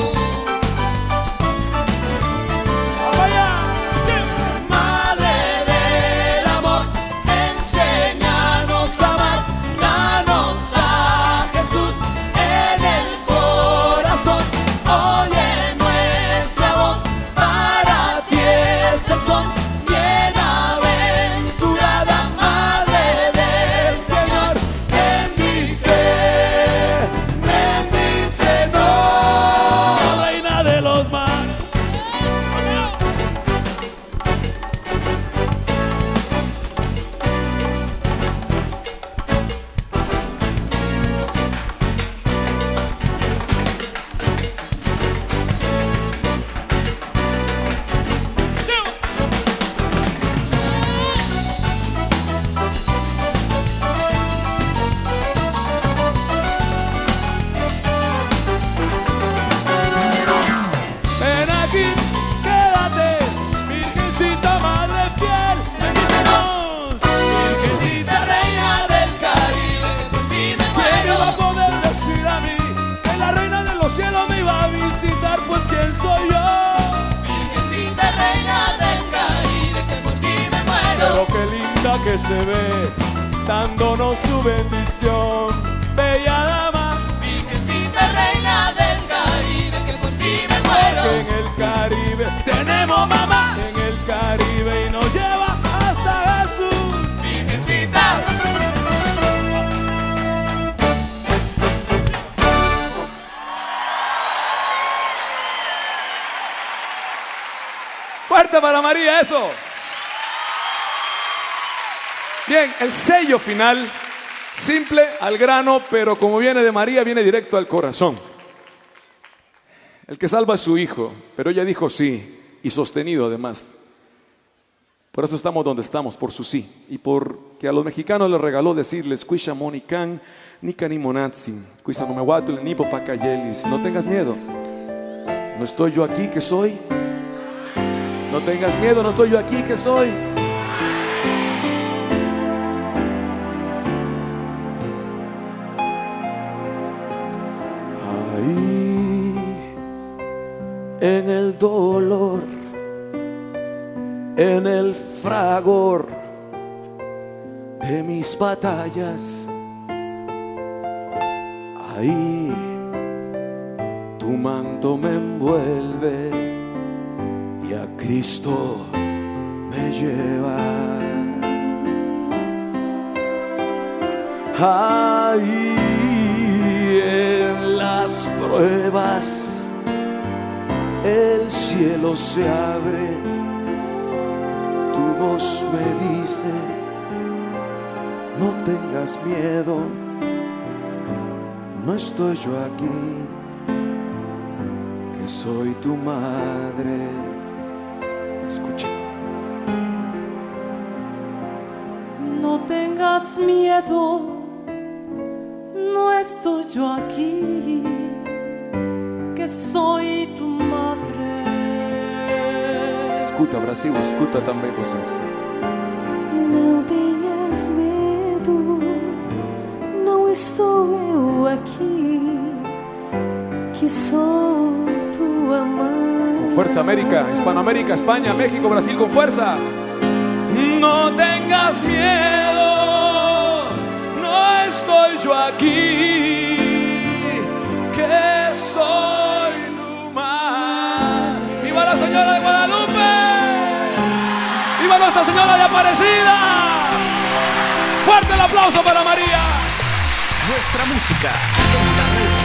Que se ve dándonos su bendición, bella dama, Virgencita reina del Caribe, que por ti me muero. Que en el Caribe tenemos mamá, en el Caribe y nos lleva hasta Jesús, Virgencita. Fuerte para María, eso. Bien, el sello final, simple, al grano, pero como viene de María, viene directo al corazón. El que salva es su hijo, pero ella dijo sí, y sostenido además. Por eso estamos donde estamos, por su sí. Y porque a los mexicanos les regaló decirles, Cuisha Monican, Nika ni Monatzi, Cuisha no me guatul, ni Popacayelis. No tengas miedo, no estoy yo aquí que soy. No tengas miedo, no estoy yo aquí que soy. En el dolor, en el fragor de mis batallas, ahí tu manto me envuelve y a Cristo me lleva. Ahí en las pruebas el cielo se abre, tu voz me dice, no tengas miedo, no estoy yo aquí, que soy tu madre. Escucha. No tengas miedo, no estoy yo aquí, que soy tu madre. escuta Brasil, escuta também vocês. Não tenhas medo, não estou eu aqui, que sou tua mãe. Com força, América, Hispanoamérica, España, México, Brasil, com força. No tengas miedo, no estoy yo aquí, que soy tu mar. ¡Viva la Señora de Guadalupe! ¡Viva Nuestra Señora de Aparecida! ¡Fuerte el aplauso para María! Nuestra música en la red.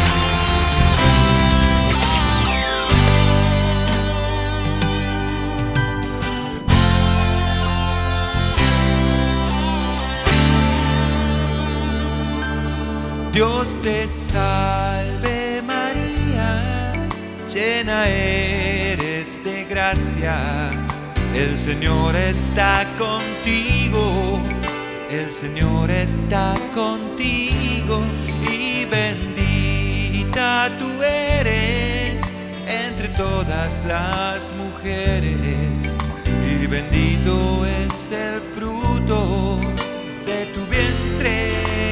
Dios te salve María, llena eres de gracia, el Señor está contigo, el Señor está contigo, y bendita tú eres entre todas las mujeres, y bendito es el fruto de tu vientre.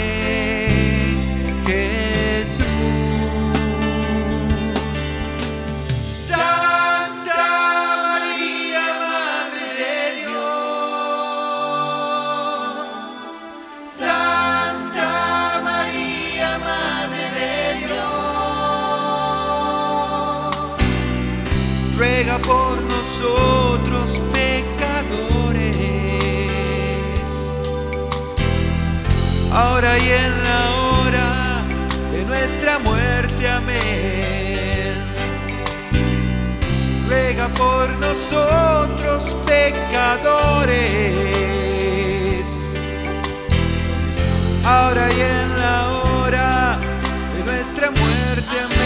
Ruega por nosotros pecadores, ahora y en la hora de nuestra muerte. Amén. Ruega por nosotros pecadores, ahora y en la hora de nuestra muerte. Amén.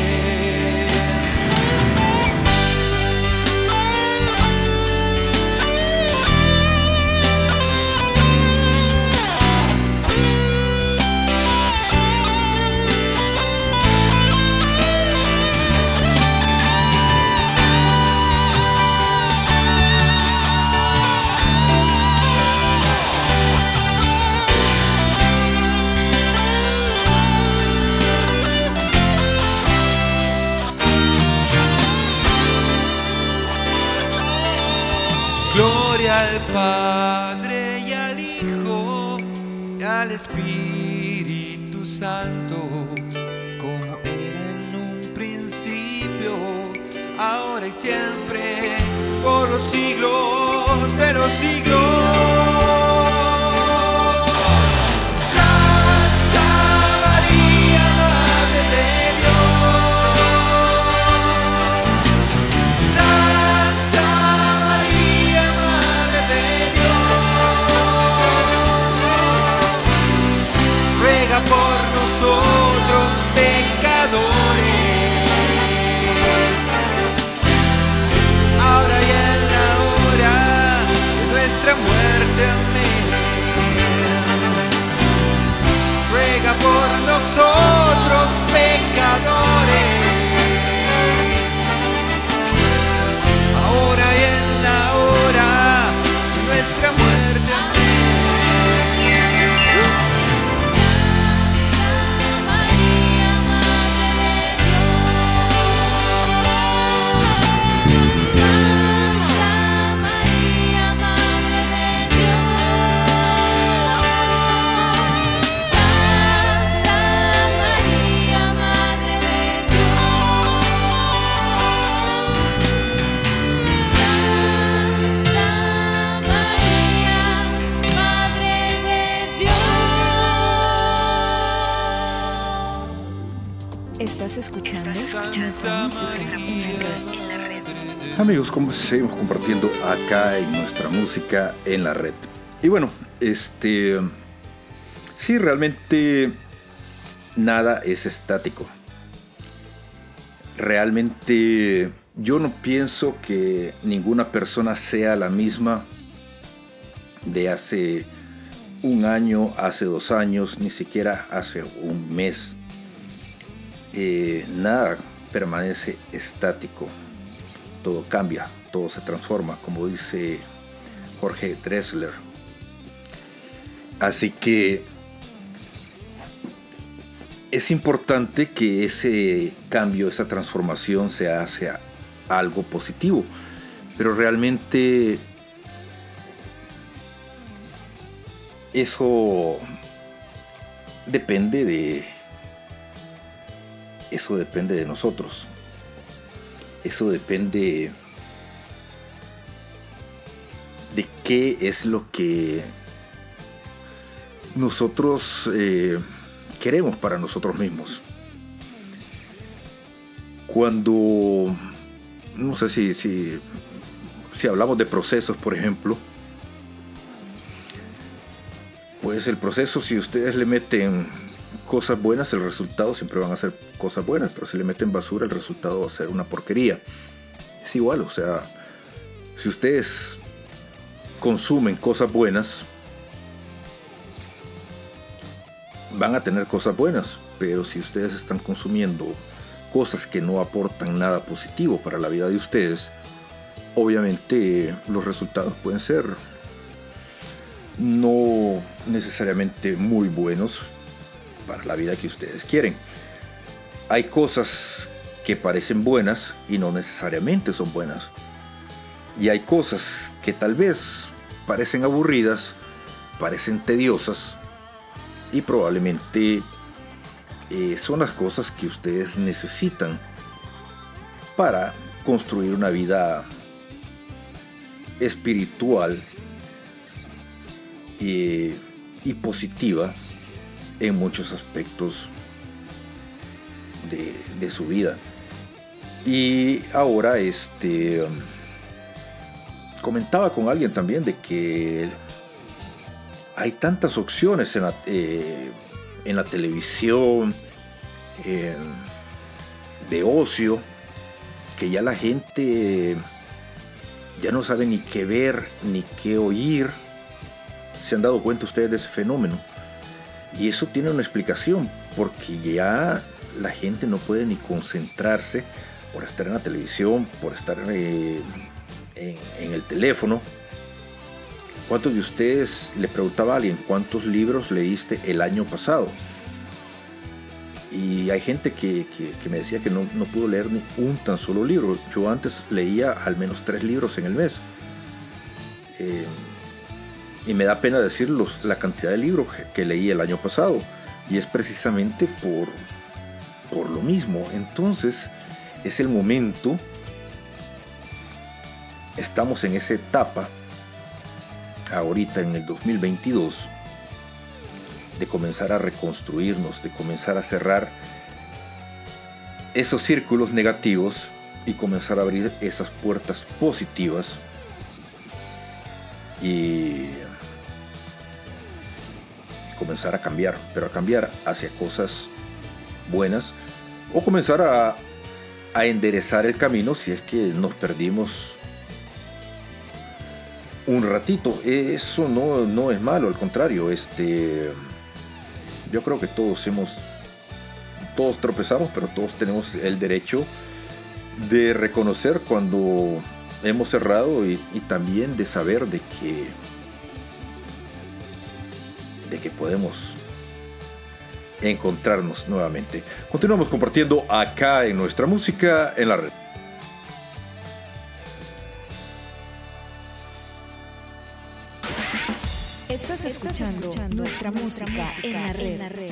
Gloria al Padre y al Hijo y al Espíritu Santo, como era en un principio, ahora y siempre, por los siglos de los siglos. Por nosotros pecadores, ahora y en la hora de nuestra muerte. Amén. Ruega por nosotros pecadores, ahora y en la hora de nuestra muerte. Estás escuchando Nuestra Música en la Red. Amigos, como seguimos compartiendo acá en Nuestra Música en la Red. Y bueno, este sí, realmente nada es estático. Realmente yo no pienso que ninguna persona sea la misma de hace un año, hace dos años, ni siquiera hace un mes. Eh, nada permanece estático. todo cambia, todo se transforma, como dice Jorge Drexler. Así que es importante que ese cambio, esa transformación se haga algo positivo, pero realmente eso depende de eso depende de nosotros. Eso depende de qué es lo que nosotros eh, queremos para nosotros mismos. Cuando, no sé si, si, si hablamos de procesos, por ejemplo, pues el proceso, si ustedes le meten cosas buenas, el resultado siempre van a ser cosas buenas, pero si le meten basura, el resultado va a ser una porquería. Es igual, o sea, si ustedes consumen cosas buenas, van a tener cosas buenas, pero si ustedes están consumiendo cosas que no aportan nada positivo para la vida de ustedes, obviamente los resultados pueden ser no necesariamente muy buenos para la vida que ustedes quieren. Hay cosas que parecen buenas y no necesariamente son buenas, y hay cosas que tal vez parecen aburridas, parecen tediosas, y probablemente eh, son las cosas que ustedes necesitan para construir una vida espiritual eh, y positiva en muchos aspectos de, de su vida. Y ahora este comentaba con alguien también de que hay tantas opciones en la, eh, en la televisión, eh, de ocio, que ya la gente ya no sabe ni qué ver ni qué oír. ¿Se han dado cuenta ustedes de ese fenómeno? Y eso tiene una explicación, porque ya la gente no puede ni concentrarse por estar en la televisión, por estar eh, en, en el teléfono. ¿Cuántos de ustedes, le preguntaba a alguien, cuántos libros leíste el año pasado? Y hay gente que, que, que me decía que no, no pudo leer ni un tan solo libro. Yo antes leía al menos tres libros en el mes. Eh, y me da pena decir los, la cantidad de libros que, que leí el año pasado. Y es precisamente por, por lo mismo. Entonces es el momento, estamos en esa etapa, ahorita en el dos mil veintidós, de comenzar a reconstruirnos, de comenzar a cerrar esos círculos negativos y comenzar a abrir esas puertas positivas y comenzar a cambiar, pero a cambiar hacia cosas buenas, o comenzar a, a enderezar el camino si es que nos perdimos un ratito. Eso no, no es malo, al contrario. Este, yo creo que todos hemos, todos tropezamos, pero todos tenemos el derecho de reconocer cuando hemos cerrado y, y también de saber de que, de que podemos encontrarnos nuevamente. Continuamos compartiendo acá en Nuestra Música en la Red. Estás escuchando, escuchando nuestra, nuestra música, música en, la red. en la red.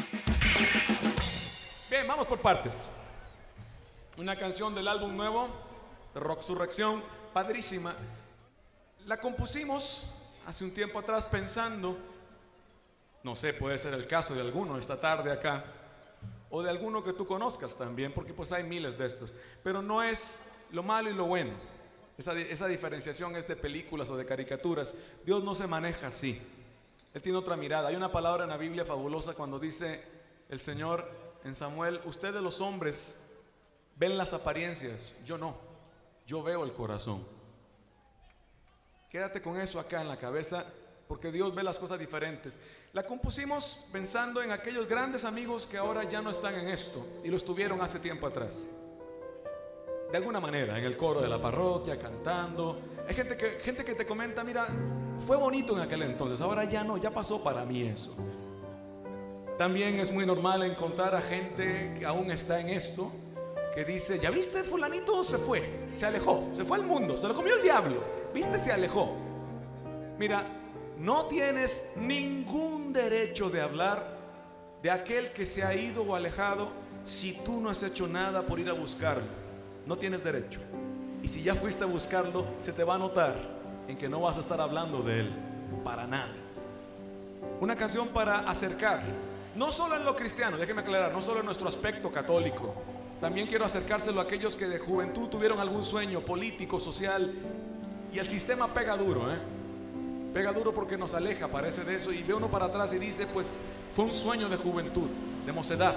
Bien, vamos por partes. Una canción del álbum nuevo, Rocksurrección, padrísima. La compusimos hace un tiempo atrás pensando, no sé, puede ser el caso de alguno esta tarde acá, o de alguno que tú conozcas también, porque pues hay miles de estos. Pero no es lo malo y lo bueno. Esa, esa diferenciación es de películas o de caricaturas. Dios no se maneja así. Él tiene otra mirada. Hay una palabra en la Biblia fabulosa cuando dice el Señor en Samuel: ustedes los hombres ven las apariencias, yo no, yo veo el corazón. Quédate con eso acá en la cabeza, porque Dios ve las cosas diferentes. La compusimos pensando en aquellos grandes amigos que ahora ya no están en esto y lo estuvieron hace tiempo atrás. de alguna manera, en el coro de la parroquia, cantando. Hay gente que, gente que te comenta, mira, fue bonito en aquel entonces, ahora ya no, ya pasó para mí eso. También es muy normal encontrar a gente que aún está en esto, que dice, ya viste, fulanito se fue, se alejó, se fue al mundo, se lo comió el diablo, viste, se alejó. Mira, no tienes ningún derecho de hablar de aquel que se ha ido o alejado si tú no has hecho nada por ir a buscarlo. No tienes derecho. Y si ya fuiste a buscarlo, se te va a notar en que no vas a estar hablando de él para nada. Una canción para acercar, no solo en lo cristiano, déjeme aclarar, no solo en nuestro aspecto católico. También quiero acercárselo a aquellos que de juventud tuvieron algún sueño político, social, y el sistema pega duro, ¿eh? Pega duro porque nos aleja, parece, de eso, y ve uno para atrás y dice, pues fue un sueño de juventud, de mocedad.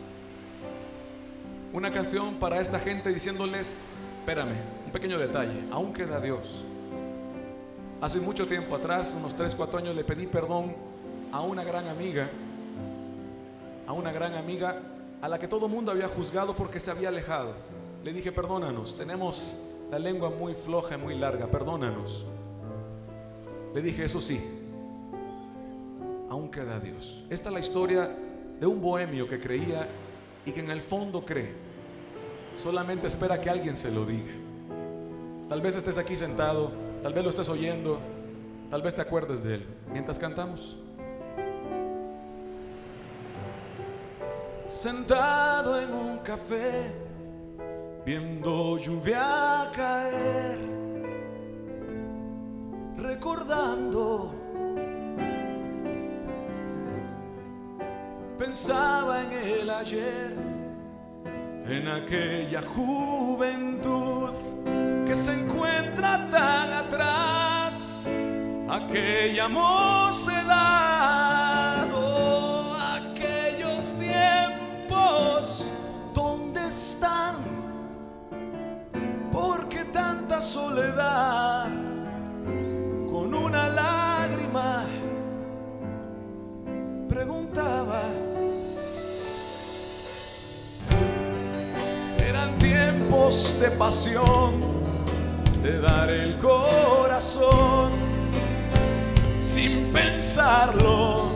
Una canción para esta gente diciéndoles, espérame, un pequeño detalle, aún queda Dios. Hace mucho tiempo atrás, unos tres, cuatro años, le pedí perdón a una gran amiga, a una gran amiga a la que todo el mundo había juzgado porque se había alejado. Le dije, perdónanos, tenemos la lengua muy floja y muy larga, perdónanos. Le dije, eso sí, aún queda Dios. Esta es la historia de un bohemio que creía y que en el fondo cree, solamente espera que alguien se lo diga. Tal vez estés aquí sentado, tal vez lo estés oyendo, tal vez te acuerdes de él mientras cantamos. Sentado en un café, viendo lluvia caer, recordando, pensaba en el ayer, en aquella juventud que se encuentra tan atrás, aquella mocedad, oh, aquellos tiempos, ¿dónde están? ¿Por qué tanta soledad? Con una lágrima preguntaba. Eran tiempos de pasión, de dar el corazón sin pensarlo.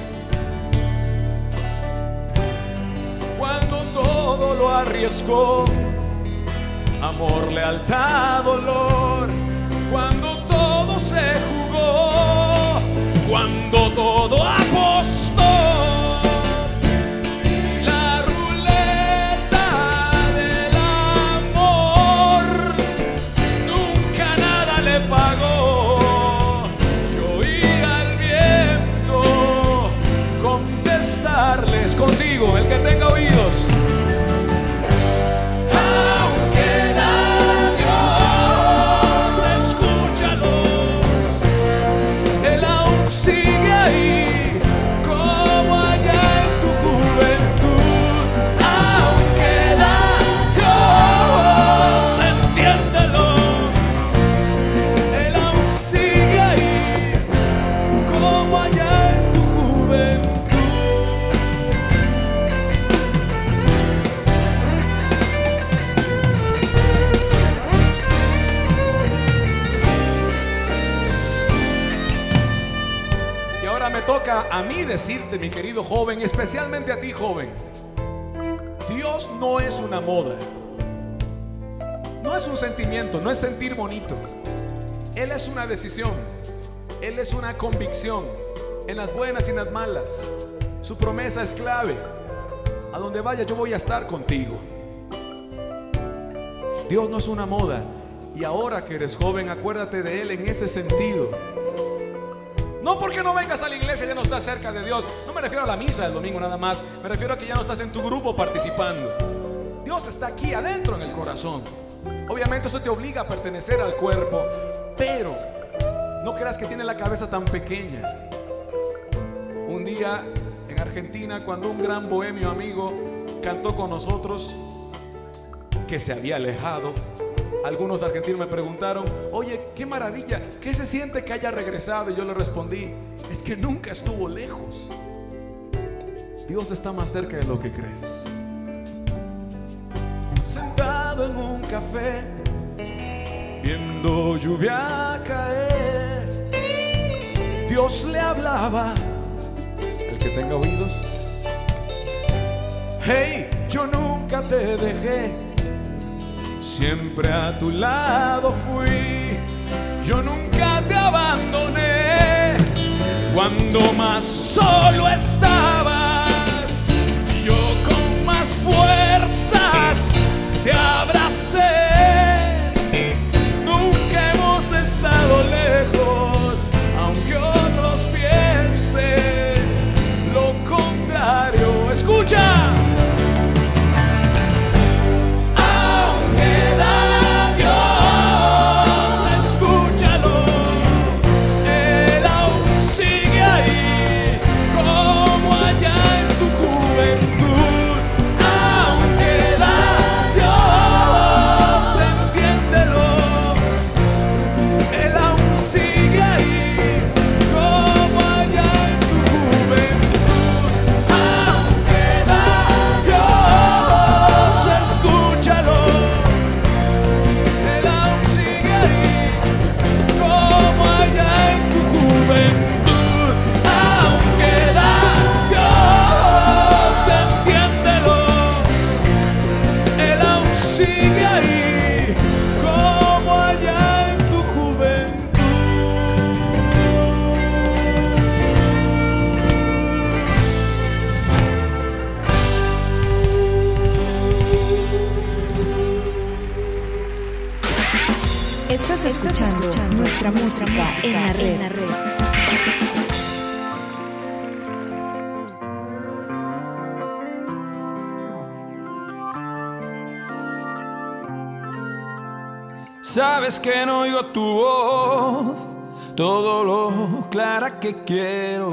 Cuando todo lo arriesgó, amor, lealtad, dolor. Cuando todo se jugó, cuando todo apostó. La ruleta del amor nunca nada le pagó. Yo oía al viento contestarles, contigo, el que tenga oídos. A mí decirte, mi querido joven, especialmente a ti, joven, Dios no es una moda, no es un sentimiento, no es sentir bonito. Él es una decisión, Él es una convicción, en las buenas y en las malas. Su promesa es clave. A donde vaya yo voy a estar contigo. Dios no es una moda. Y ahora que eres joven, acuérdate de Él en ese sentido. No porque no vengas a la iglesia ya no estás cerca de Dios. No me refiero a la misa del domingo nada más. Me refiero a que ya no estás en tu grupo participando. Dios está aquí adentro en el corazón. Obviamente eso te obliga a pertenecer al cuerpo, pero no creas que tiene la cabeza tan pequeña. Un día en Argentina, cuando un gran bohemio amigo cantó con nosotros, que se había alejado, algunos argentinos me preguntaron, oye, qué maravilla, ¿qué se siente que haya regresado? Y yo le respondí, es que nunca estuvo lejos. Dios está más cerca de lo que crees. Sentado en un café, viendo lluvia caer. Dios le hablaba, el que tenga oídos. Hey, yo nunca te dejé, siempre a tu lado fui. Yo nunca te abandoné cuando más solo estabas. Yo con más fuerzas te abracé. Nunca hemos estado lejos, aunque otros piensen lo contrario. Escucha. Estás escuchando nuestra música en la red. Sabes que no oigo tu voz, todo lo clara que quiero.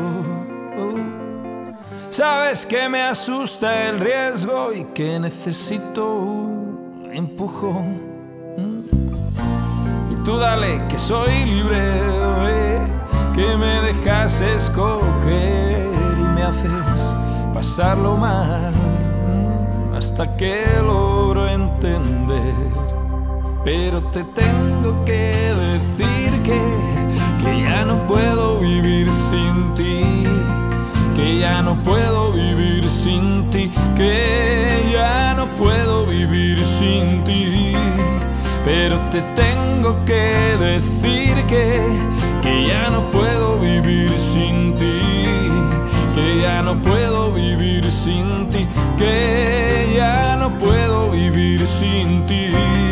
Sabes que me asusta el riesgo y que necesito un empujón. Y tú dale que soy libre, eh, que me dejas escoger y me haces pasarlo mal hasta que logro entender. Pero te tengo que decir que, que ya no puedo vivir sin ti, que ya no puedo vivir sin ti, que ya no puedo vivir sin ti. Pero te tengo que decir que, que ya no puedo vivir sin ti, que ya no puedo vivir sin ti, que ya no puedo vivir sin ti.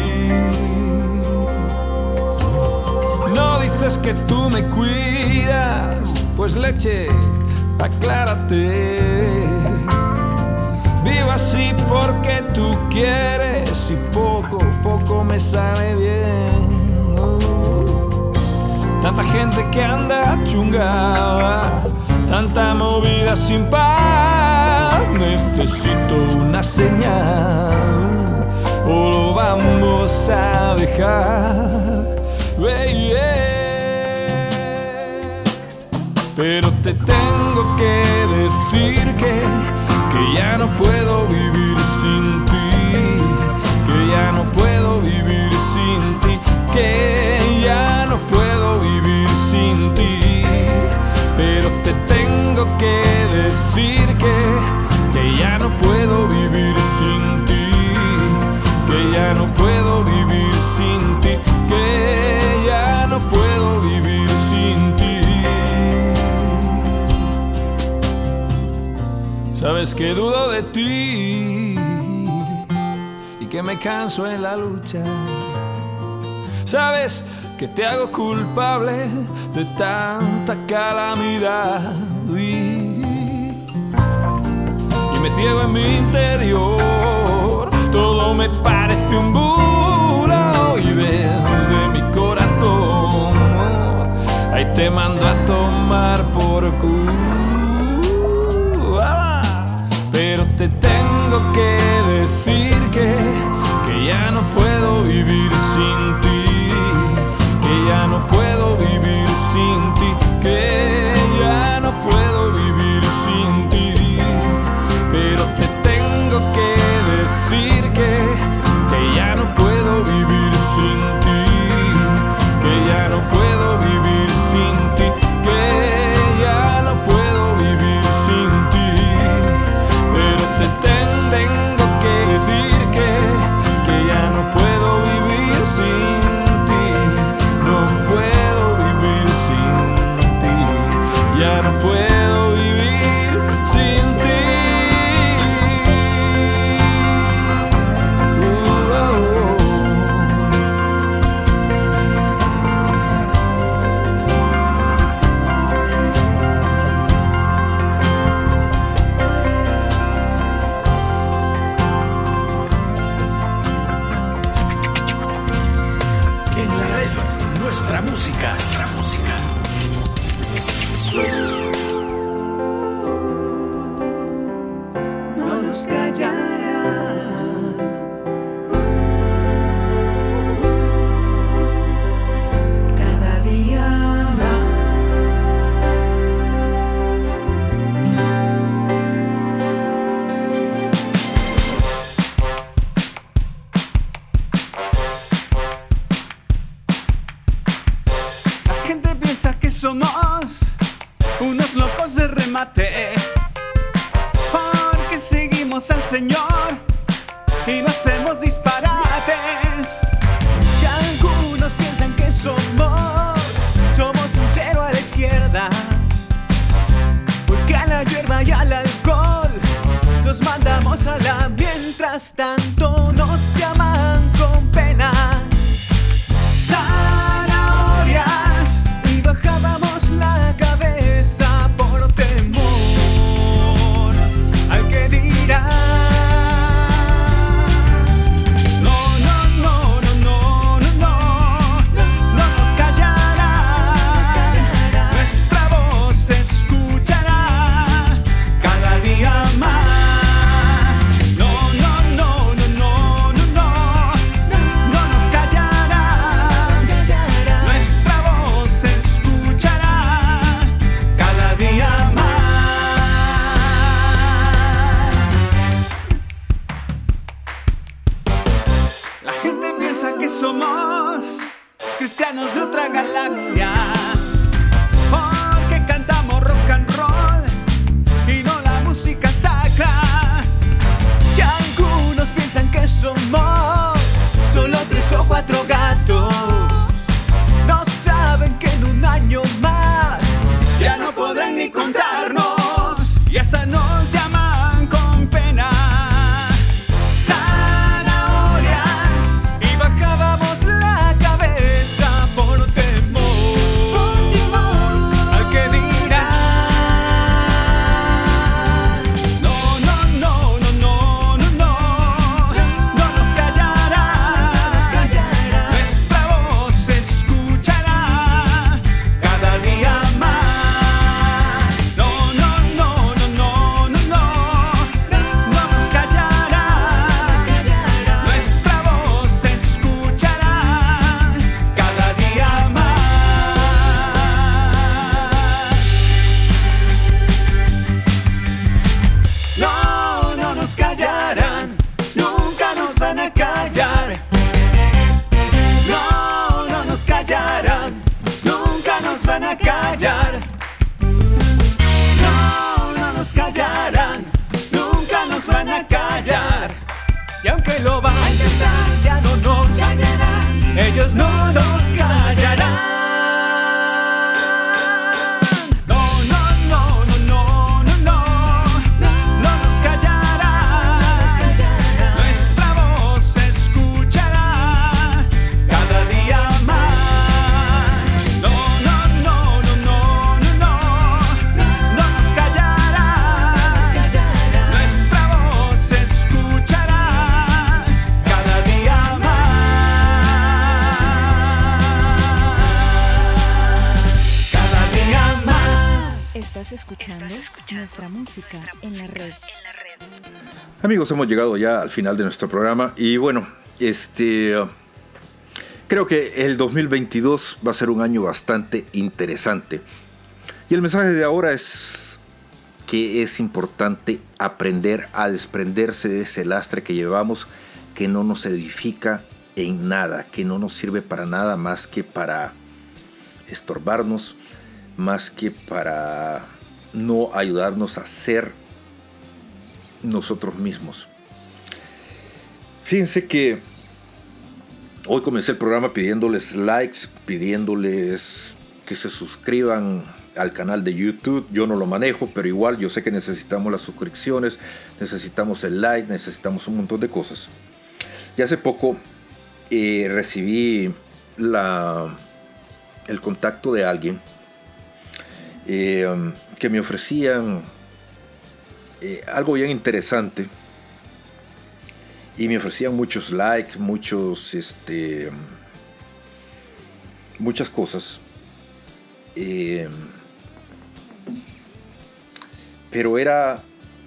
No dices que tú me cuidas, pues leche, aclárate. Vivo así porque tú quieres y poco, poco me sale bien. Uh, tanta gente que anda chunga, tanta movida sin par. Necesito una señal o lo vamos a dejar. Hey, yeah. Pero te tengo que decir que, que ya no puedo vivir sin ti, que ya no puedo vivir sin ti, que ya no puedo vivir sin ti. Pero te tengo que decir que, que ya no puedo vivir sin ti, que ya no puedo vivir sin ti, que ya no puedo vivir sin ti. Sabes que dudo de ti y que me canso en la lucha. Sabes que te hago culpable de tanta calamidad y, y me ciego en mi interior. Todo me parece un bulo y desde mi corazón ahí te mando a tomar por culo. Pero te tengo que decir que, que ya no puedo vivir sin ti, que ya no puedo vivir sin ti, que ya no puedo vivir sin ti. Pero te tengo que decir que, que ya no puedo Nuestra música, nuestra música. No nos callarán. Cada día más. La gente piensa que somos unos locos de remate, porque seguimos al Señor y no hacemos disparates. Y algunos piensan que somos, somos un cero a la izquierda, porque a la hierba y al alcohol nos mandamos a la. Mientras tanto nos llaman con pena zanahorias y bajábamos la cabeza por temor al que dirá. No, no, no, no, no, no, no, no nos callarán. Nuestra voz se escuchará cada día más. No, no, no, no, no, no, no, no nos callarán. Nuestra voz se escuchará cada día más. La gente piensa que somos cristianos de otra galaxia, porque cantamos rock and roll y no la música sacra. Y algunos piensan que somos solo tres o cuatro gatos. No saben que en un año más ya no podrán ni contarnos, y hasta nos llaman con pena zanahorias y bajábamos la cabeza por temor al que dirá. No, no, no, no, no, no, no, no nos callarán. Nuestra voz se escuchará cada día más. No, no, no, no, no, no, no, no nos callarán. Nuestra voz se escuchará cada día más. No, no nos callarán, nunca nos van a callar. No, no nos callarán, nunca nos van a callar. No, no nos callarán, nunca nos van a callar. Y aunque lo van a intentar, ya no nos callarán. Ellos no nos callarán. No, no, no, no, no, no, no, no nos callarán. Nuestra voz se escuchará cada día más. No, no, no, no, no, no, no, no nos callarán. Nuestra voz se escuchará cada día más. Cada día más. Estás escuchando nuestra música en la red. Amigos, hemos llegado ya al final de nuestro programa y bueno, este creo que el dos mil veintidós va a ser un año bastante interesante. Y el mensaje de ahora es que es importante aprender a desprenderse de ese lastre que llevamos, que no nos edifica en nada, que no nos sirve para nada más que para estorbarnos, más que para no ayudarnos a ser nosotros mismos. Fíjense que hoy comencé el programa pidiéndoles likes, pidiéndoles que se suscriban al canal de YouTube. Yo no lo manejo, pero igual yo sé que necesitamos las suscripciones, necesitamos el like, necesitamos un montón de cosas. Y hace poco eh, recibí la, el contacto de alguien eh, que me ofrecían eh, algo bien interesante. Y me ofrecían muchos likes, muchos, este, muchas cosas. Eh, pero era,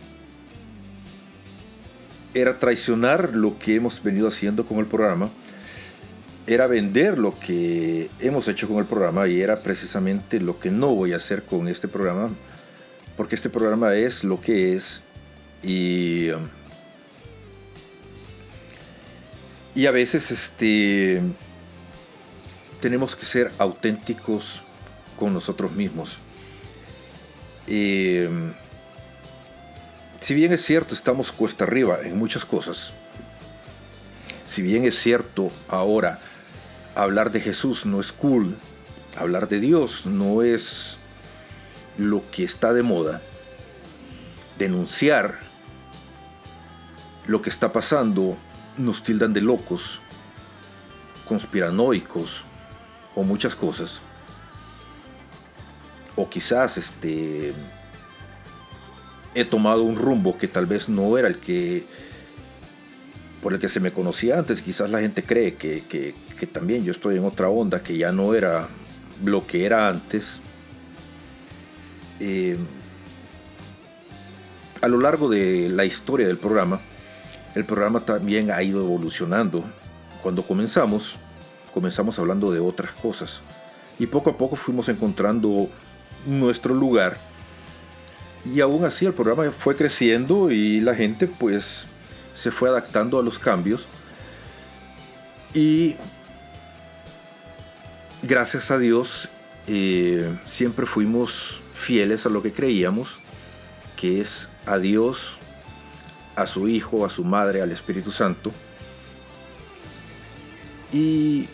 era traicionar lo que hemos venido haciendo con el programa, era vender lo que hemos hecho con el programa, y era precisamente lo que no voy a hacer con este programa, porque este programa es lo que es, y, y a veces este, tenemos que ser auténticos con nosotros mismos. Eh, si bien es cierto, estamos cuesta arriba en muchas cosas, si bien es cierto ahora hablar de Jesús no es cool, hablar de Dios no es lo que está de moda, denunciar lo que está pasando nos tildan de locos, conspiranoicos o muchas cosas, o quizás este, he tomado un rumbo que tal vez no era el que por el que se me conocía antes. Quizás la gente cree que, que, que también yo estoy en otra onda, que ya no era lo que era antes. Eh, a lo largo de la historia del programa, el programa también ha ido evolucionando. Cuando comenzamos, comenzamos hablando de otras cosas, y poco a poco fuimos encontrando nuestro lugar, y aún así el programa fue creciendo y la gente pues se fue adaptando a los cambios, y gracias a Dios eh, siempre fuimos fieles a lo que creíamos, que es a Dios, a su Hijo, a su Madre, al Espíritu Santo, y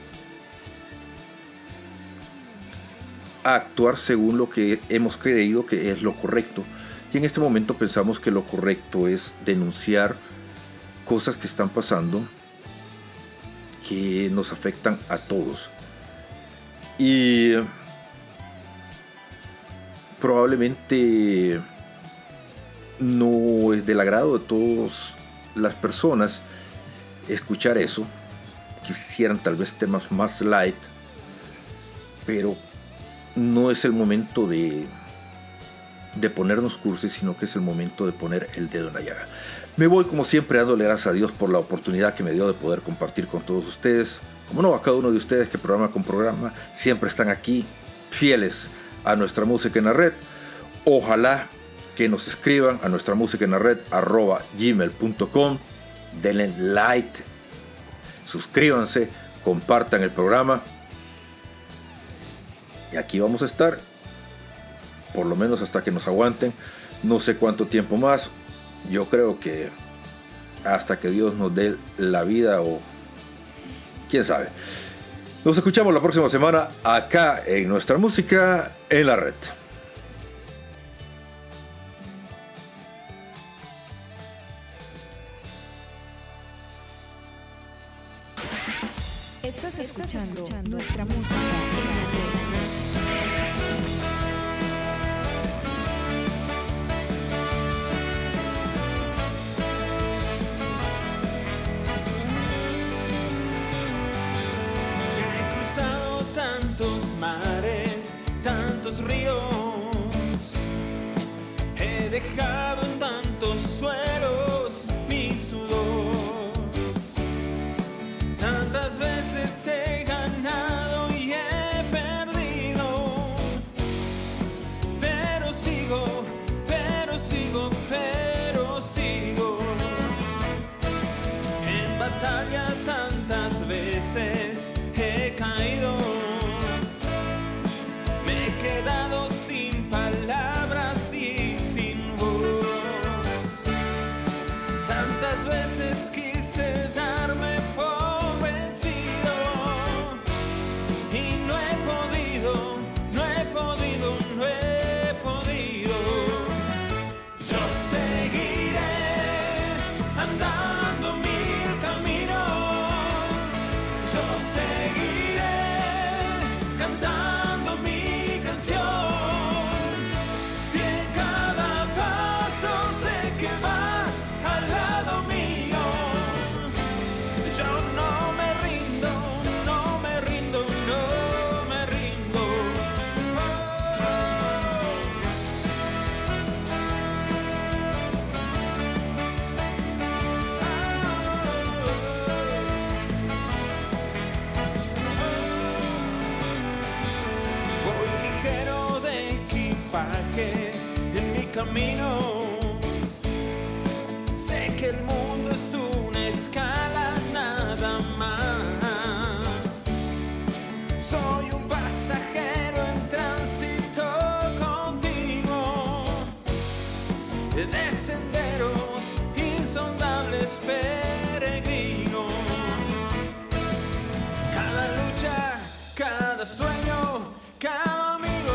a actuar según lo que hemos creído que es lo correcto. Y en este momento pensamos que lo correcto es denunciar cosas que están pasando, que nos afectan a todos, y probablemente no es del agrado de todas las personas escuchar eso. Quisieran tal vez temas más light, pero no es el momento de, de ponernos cursis, sino que es el momento de poner el dedo en la llaga. Me voy como siempre dándole gracias a Dios por la oportunidad que me dio de poder compartir con todos ustedes. Como no, a cada uno de ustedes que programa con programa siempre están aquí, fieles a nuestra música en la red. Ojalá que nos escriban a nuestra música en la red arroba gmail punto com. Denle like, suscríbanse, compartan el programa. Y aquí vamos a estar, por lo menos hasta que nos aguanten. No sé cuánto tiempo más. Yo creo que hasta que Dios nos dé la vida, o quién sabe. Nos escuchamos la próxima semana acá en nuestra música en la red. Estás escuchando nuestra música en la red. Tantos mares, tantos ríos, he dejado en tantos suelos mi sudor. Tantas veces he ganado y he perdido, pero sigo, pero sigo, pero sigo. En batalla tantas veces he caído, me he quedado sin palabras y sin voz, camino. Sé que el mundo es una escala nada más. Soy un pasajero en tránsito continuo de senderos insondables peregrinos. Cada lucha, cada sueño, cada amigo,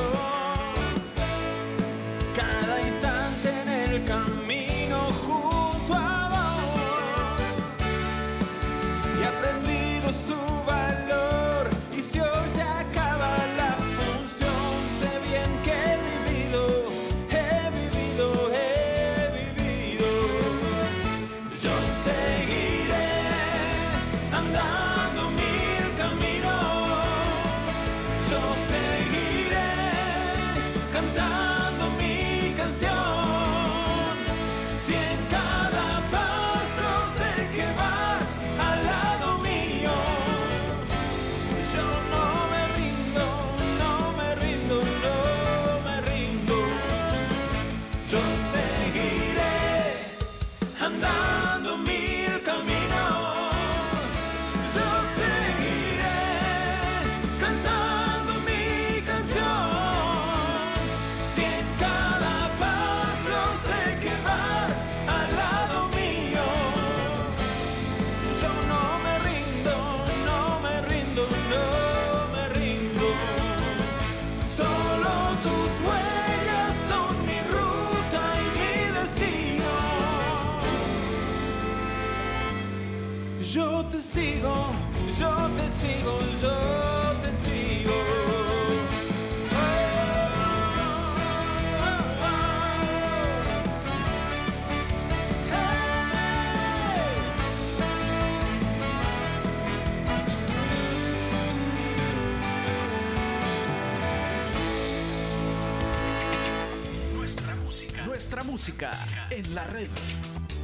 cada instante en el camino junto a vos. Y he aprendido su valor, y si hoy se acaba la función, sé bien que he vivido, he vivido, he vivido. Yo seguiré andando mil caminos, yo seguiré cantando mi canción. Si en cada paso sé que vas al lado mío, yo no me rindo, no me rindo, no me rindo. Yo seguiré andando mil caminos, yo seguiré cantando mi canción. Si en cada paso sé que vas al lado mío, yo no me rindo, no me rindo, no me rindo. Solo tus huellas son mi ruta y mi destino. Yo te sigo, yo te sigo, yo te sigo. Nuestra música. Nuestra música en la red.